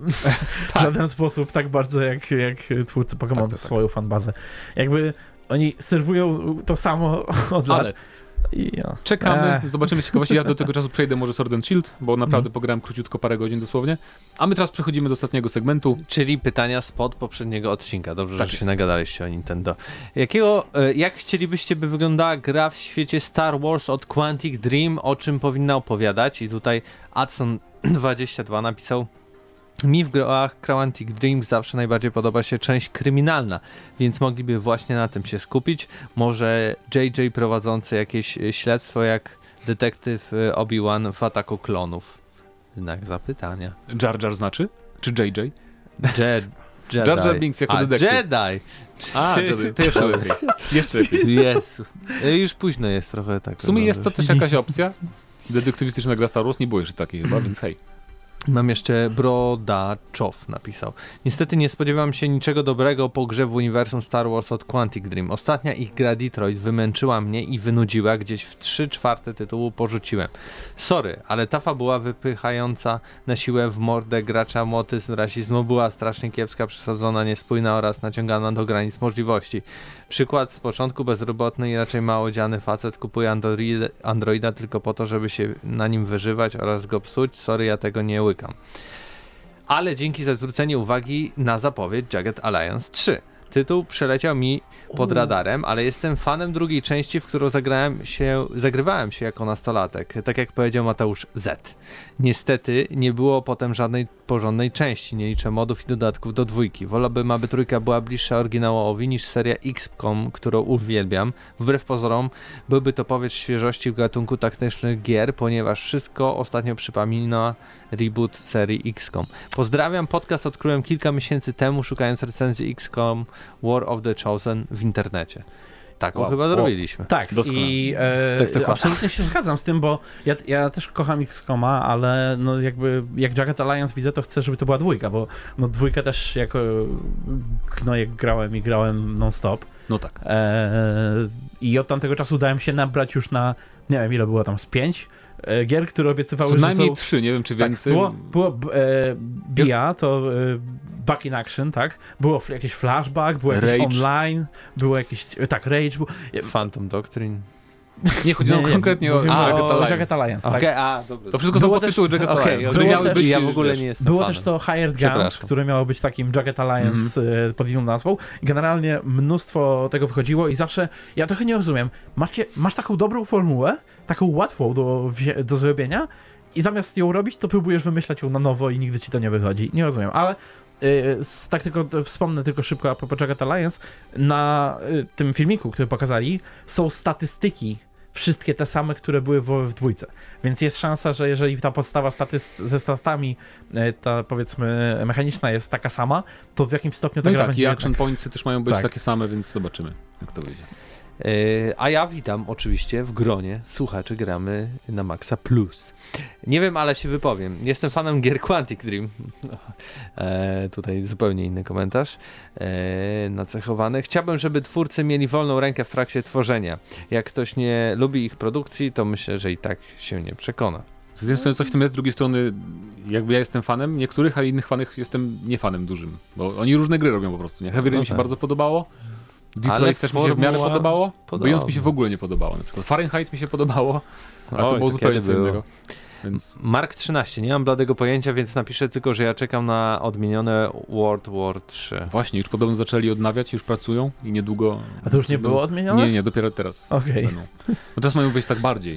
S3: w tak. żaden sposób tak bardzo jak, jak twórcy Pokémonów tak, tak, swoją tak. fanbazę. Jakby oni serwują to samo od lat. Ale... I ja.
S2: Czekamy, eee. zobaczymy z ciekawości. Ja do tego czasu przejdę może Sword and Shield, bo naprawdę mm. pograłem króciutko, parę godzin dosłownie. A my teraz przechodzimy do ostatniego segmentu.
S1: Czyli pytania spod poprzedniego odcinka. Dobrze,
S2: tak
S1: że
S2: jest.
S1: się nagadaliście o Nintendo. Jakiego, jak chcielibyście, by wyglądała gra w świecie Star Wars od Quantic Dream? O czym powinna opowiadać? I tutaj Adson dwadzieścia dwa napisał: mi w grach Quantic Dream zawsze najbardziej podoba się część kryminalna, więc mogliby właśnie na tym się skupić. Może J J prowadzący jakieś śledztwo jak detektyw Obi-Wan w Ataku Klonów. Znak zapytania.
S2: Jar Jar znaczy? Czy J J?
S1: Je- Jedi.
S2: Jar Jar Binks jako
S1: A,
S2: detektyw.
S1: Jedi!
S2: A, Jedi. To jeszcze lepiej. Jeszcze lepiej.
S1: Jezu. Już późno jest trochę tak.
S2: W sumie jest to też jakaś opcja. Detektywistyczna gra Star Wars, nie było jeszcze takiej chyba, więc hej.
S1: Mam jeszcze Brodaczow napisał. Niestety nie spodziewam się niczego dobrego po grze w uniwersum Star Wars od Quantic Dream. Ostatnia ich gra Detroit wymęczyła mnie i wynudziła, gdzieś w trzy czwarte tytułu porzuciłem. Sorry, ale ta fabuła wypychająca na siłę w mordę gracza motyzm rasizmu była strasznie kiepska, przesadzona, niespójna oraz naciągana do granic możliwości. Przykład z początku: bezrobotny i raczej mało dziany facet kupuje Androida, Androida tylko po to, żeby się na nim wyżywać oraz go psuć. Sorry, ja tego nie łykam. Ale dzięki za zwrócenie uwagi na zapowiedź Jagged Alliance trzy. Tytuł przeleciał mi pod radarem, ale jestem fanem drugiej części, w którą zagrałem się, zagrywałem się jako nastolatek. Tak jak powiedział Mateusz Z. Niestety nie było potem żadnej porządnej części, nie liczę modów i dodatków do dwójki. Wolałbym, aby trójka była bliższa oryginałowi niż seria X COM, którą uwielbiam. Wbrew pozorom byłby to powiew świeżości w gatunku taktycznych gier, ponieważ wszystko ostatnio przypomina reboot serii X COM. Pozdrawiam, podcast odkryłem kilka miesięcy temu, szukając recenzji X COM War of the Chosen w internecie. Taką
S2: wow.
S1: chyba zrobiliśmy.
S3: Tak,
S2: doskonale.
S3: i e, absolutnie się zgadzam z tym, bo ja, ja też kocham X COMa, ale no jakby jak Jagged Alliance widzę, to chcę, żeby to była dwójka, bo no dwójkę też jako no jak grałem i grałem non-stop.
S2: No tak.
S3: E, I od tamtego czasu dałem się nabrać już na, nie wiem ile było tam, z pięć e, gier, które obiecywały,
S2: Co najmniej
S3: że są...
S2: trzy, nie wiem czy
S3: Tak,
S2: więcej.
S3: było było e, B I A, to e, Back in Action, tak? Było f- jakiś flashback, było jakieś
S2: Rage.
S3: online, było jakieś, tak, Rage, był...
S1: Phantom Doctrine.
S2: Nie chodziło
S3: Nie, nie,
S2: konkretnie o
S3: mówimy
S2: Jagged
S3: o
S2: Alliance.
S3: Jagged Alliance, tak?
S1: Okej, a, dobra.
S2: To wszystko
S3: Było
S2: są
S3: też-
S2: podtytuły Jagged
S1: okej,
S2: Alliance,
S1: okej.
S2: które miały
S3: też-
S2: być...
S1: Ja w ogóle
S2: wiesz,
S1: nie jestem
S3: Było
S1: fanem.
S3: też to Hired Guns,
S1: Przepraszam.
S3: które miało być takim Jagged Alliance
S2: Mhm.
S3: e, pod inną nazwą. I generalnie mnóstwo tego wychodziło i zawsze, ja trochę nie rozumiem, macie, masz taką dobrą formułę, taką łatwą do, wzię- do zrobienia i zamiast ją robić, to próbujesz wymyślać ją na nowo i nigdy ci to nie wychodzi. Nie rozumiem, ale y, z- tak tylko to wspomnę tylko szybko a propos Jagged Alliance, na y, tym filmiku, który pokazali, są statystyki wszystkie te same, które były w, w dwójce. Więc jest szansa, że jeżeli ta podstawa statyst- ze statami, e, ta powiedzmy mechaniczna jest taka sama, to w jakimś stopniu ta
S2: No i
S3: gra
S2: tak,
S3: będzie
S2: i action
S3: jednak...
S2: pointsy też mają być
S3: Tak.
S2: takie same, więc zobaczymy, jak to wyjdzie.
S1: Yy, a ja witam oczywiście w gronie słuchaczy Gramy na Maxa Plus. Nie wiem, ale się wypowiem. Jestem fanem gier Quantic Dream. E, tutaj zupełnie inny komentarz. E, nacechowany. Chciałbym, żeby twórcy mieli wolną rękę w trakcie tworzenia. Jak ktoś nie lubi ich produkcji, to myślę, że i tak się nie przekona.
S2: Z jednej strony coś w tym jest, z drugiej strony jakby ja jestem fanem niektórych, a innych fanów jestem nie fanem dużym, bo oni różne gry robią po prostu, nie? Heavy Rain
S1: No
S2: mi się
S1: tak.
S2: bardzo podobało, Detroit
S1: Ale
S2: też mi się w miarę
S1: formuła
S2: podobało,
S1: podobna.
S2: Beyond mi się w ogóle nie podobało. Na przykład Fahrenheit mi się podobało, a to
S1: Oj,
S2: było
S1: to
S2: zupełnie
S1: kiedy
S2: co
S1: było?
S2: innego. Więc
S1: Mark trzynaście, nie mam bladego pojęcia, więc napiszę tylko, że ja czekam na odmienione World War trzy.
S2: właśnie, już podobno zaczęli odnawiać, już pracują i niedługo...
S3: A to już nie było odmienione?
S2: Nie, nie, dopiero teraz.
S3: Okej.
S2: będą. No teraz mają wyjść tak bardziej.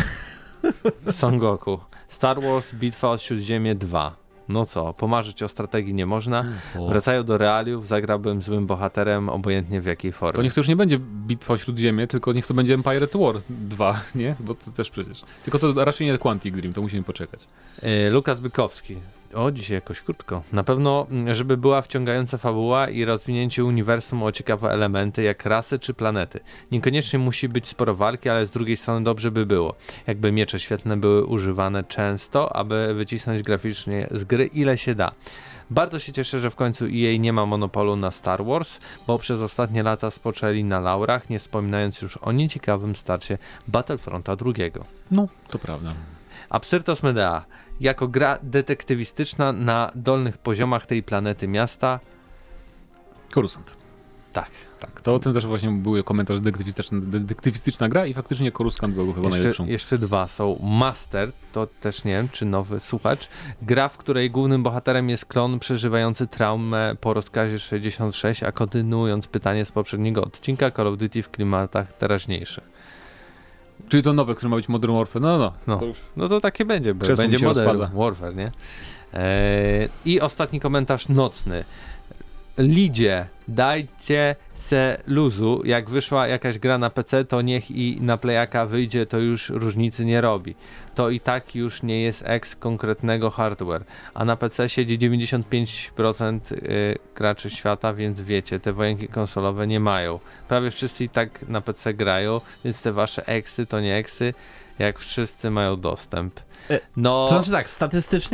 S1: Son Goku. Star Wars Bitwa o Śródziemie dwa. No co, pomarzyć o strategii nie można. Wracają do realiów, zagrałbym złym bohaterem, obojętnie w jakiej formie.
S2: To niech to już nie będzie Bitwa o Śródziemie, tylko niech to będzie Empire at War dwa, nie? Bo to też przecież. Tylko to raczej nie Quantic Dream, to musimy poczekać.
S1: Yy, Lukas Bykowski. O, dzisiaj jakoś krótko. Na pewno, mm, żeby była wciągająca fabuła i rozwinięcie uniwersum o ciekawe elementy, jak rasy czy planety. Niekoniecznie musi być sporo walki, ale z drugiej strony dobrze by było. Jakby miecze świetlne były używane często, aby wycisnąć graficznie z gry ile się da. Bardzo się cieszę, że w końcu E A nie ma monopolu na Star Wars, bo przez ostatnie lata spoczęli na laurach, nie wspominając już o nieciekawym starcie Battlefronta drugiego.
S2: No, to prawda.
S1: Absyrtos Medea. Jako gra detektywistyczna na dolnych poziomach tej planety miasta.
S2: Coruscant.
S1: Tak.
S2: Tak, to o tym też właśnie był komentarz detektywistyczna, detektywistyczna gra i faktycznie Coruscant był chyba
S1: Jeszcze,
S2: najlepszą.
S1: jeszcze dwa są. Master, to też nie wiem, czy nowy słuchacz. Gra, w której głównym bohaterem jest klon przeżywający traumę po rozkazie sześćdziesiąt sześć, a kontynuując pytanie z poprzedniego odcinka, Call of Duty w klimatach teraźniejszych.
S2: Czyli to nowe, które ma być Modern Warfare. No, no.
S1: No,
S2: To już...
S1: no to takie będzie, bo
S2: Krzesło mi
S1: będzie
S2: się
S1: Modern
S2: rozpada.
S1: Warfare, nie? Eee, I ostatni komentarz nocny. Lidzie, dajcie se luzu. Jak wyszła jakaś gra na P C, to niech i na Playaka wyjdzie, to już różnicy nie robi. To i tak już nie jest ex konkretnego hardware. A na P C siedzi dziewięćdziesiąt pięć procent y, graczy świata, więc wiecie, te wojenki konsolowe nie mają. Prawie wszyscy i tak na P C grają, więc te wasze eksy to nie eksy, jak wszyscy mają dostęp. No,
S3: To znaczy tak, statystycznie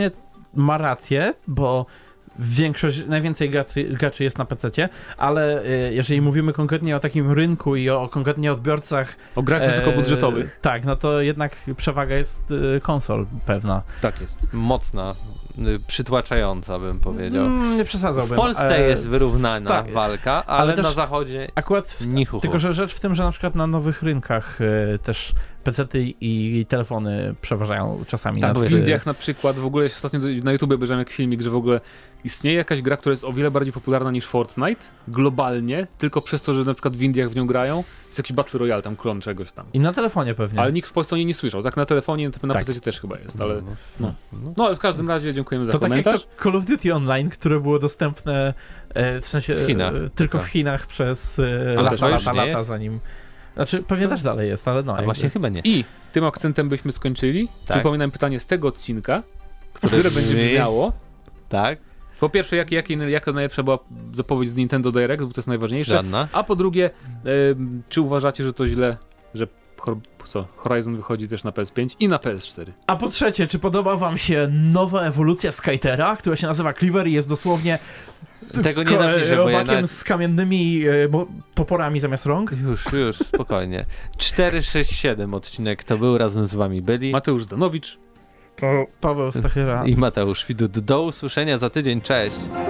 S3: ma rację, bo większość, najwięcej graczy, graczy jest na pececie, ale y, jeżeli mówimy konkretnie o takim rynku i o konkretnie odbiorcach...
S2: O grach
S3: e,
S2: wysokobudżetowych.
S3: Tak, no to jednak przewaga jest y, konsol pewna.
S2: Tak jest.
S1: Mocna, y, przytłaczająca bym powiedział.
S3: Mm, nie przesadzałbym.
S1: W Polsce
S3: e,
S1: jest wyrównana
S3: tak.
S1: walka, ale,
S3: Ale też
S1: na zachodzie
S3: Akurat w,
S1: nichuchu.
S3: tylko, że rzecz w tym, że na przykład na nowych rynkach y, też pecety i telefony przeważają czasami
S1: Tak,
S3: nad...
S1: bo
S2: W
S1: wiesz,
S2: Indiach na przykład, w ogóle ostatnio na YouTube obejrzałem jak filmik, że w ogóle istnieje jakaś gra, która jest o wiele bardziej popularna niż Fortnite, globalnie, tylko przez to, że na przykład w Indiach w nią grają, jest jakiś Battle Royale, tam klon czegoś tam.
S3: I na telefonie pewnie.
S2: Ale nikt w Polsce o niej nie słyszał, tak na telefonie, na
S3: Tak.
S2: P C też chyba jest, ale...
S1: No,
S2: No.
S1: no.
S2: No ale w każdym razie dziękujemy za
S3: To tak jak
S2: komentarz.
S3: to Call of Duty Online, które było dostępne e, w sensie
S1: W Chinach.
S3: e, tylko
S1: Tak.
S3: w Chinach przez e,
S1: Ale
S3: lata,
S1: to już
S3: lata,
S1: nie
S3: lata
S1: jest?
S3: zanim... Znaczy pewnie też dalej jest, ale no.
S1: A
S3: jakby.
S1: właśnie chyba nie.
S2: I tym akcentem byśmy skończyli.
S1: Tak.
S2: Przypominam pytanie z tego odcinka,
S1: Które
S2: które będzie
S1: brzmi-
S2: brzmiało.
S1: Tak?
S2: Po pierwsze, jak, jak, jaka najlepsza była zapowiedź z Nintendo Direct, bo to jest najważniejsze.
S1: Żadna.
S2: A po drugie, em, czy uważacie, że to źle, że Hor- co, Horizon wychodzi też na P S pięć i na P S cztery?
S3: A po trzecie, czy podoba wam się nowa ewolucja Skytera, która się nazywa Cleaver i jest dosłownie
S1: Tego nie napiszę, bo ja
S3: robakiem
S1: nawet...
S3: z kamiennymi e, bo, toporami zamiast rąk?
S1: Już, już, spokojnie. cztery sześć siedem odcinek to był, razem z wami byli.
S2: Mateusz Zdanowicz.
S3: Paweł Stachyra.
S1: I Mateusz Widut. Do usłyszenia za tydzień, cześć!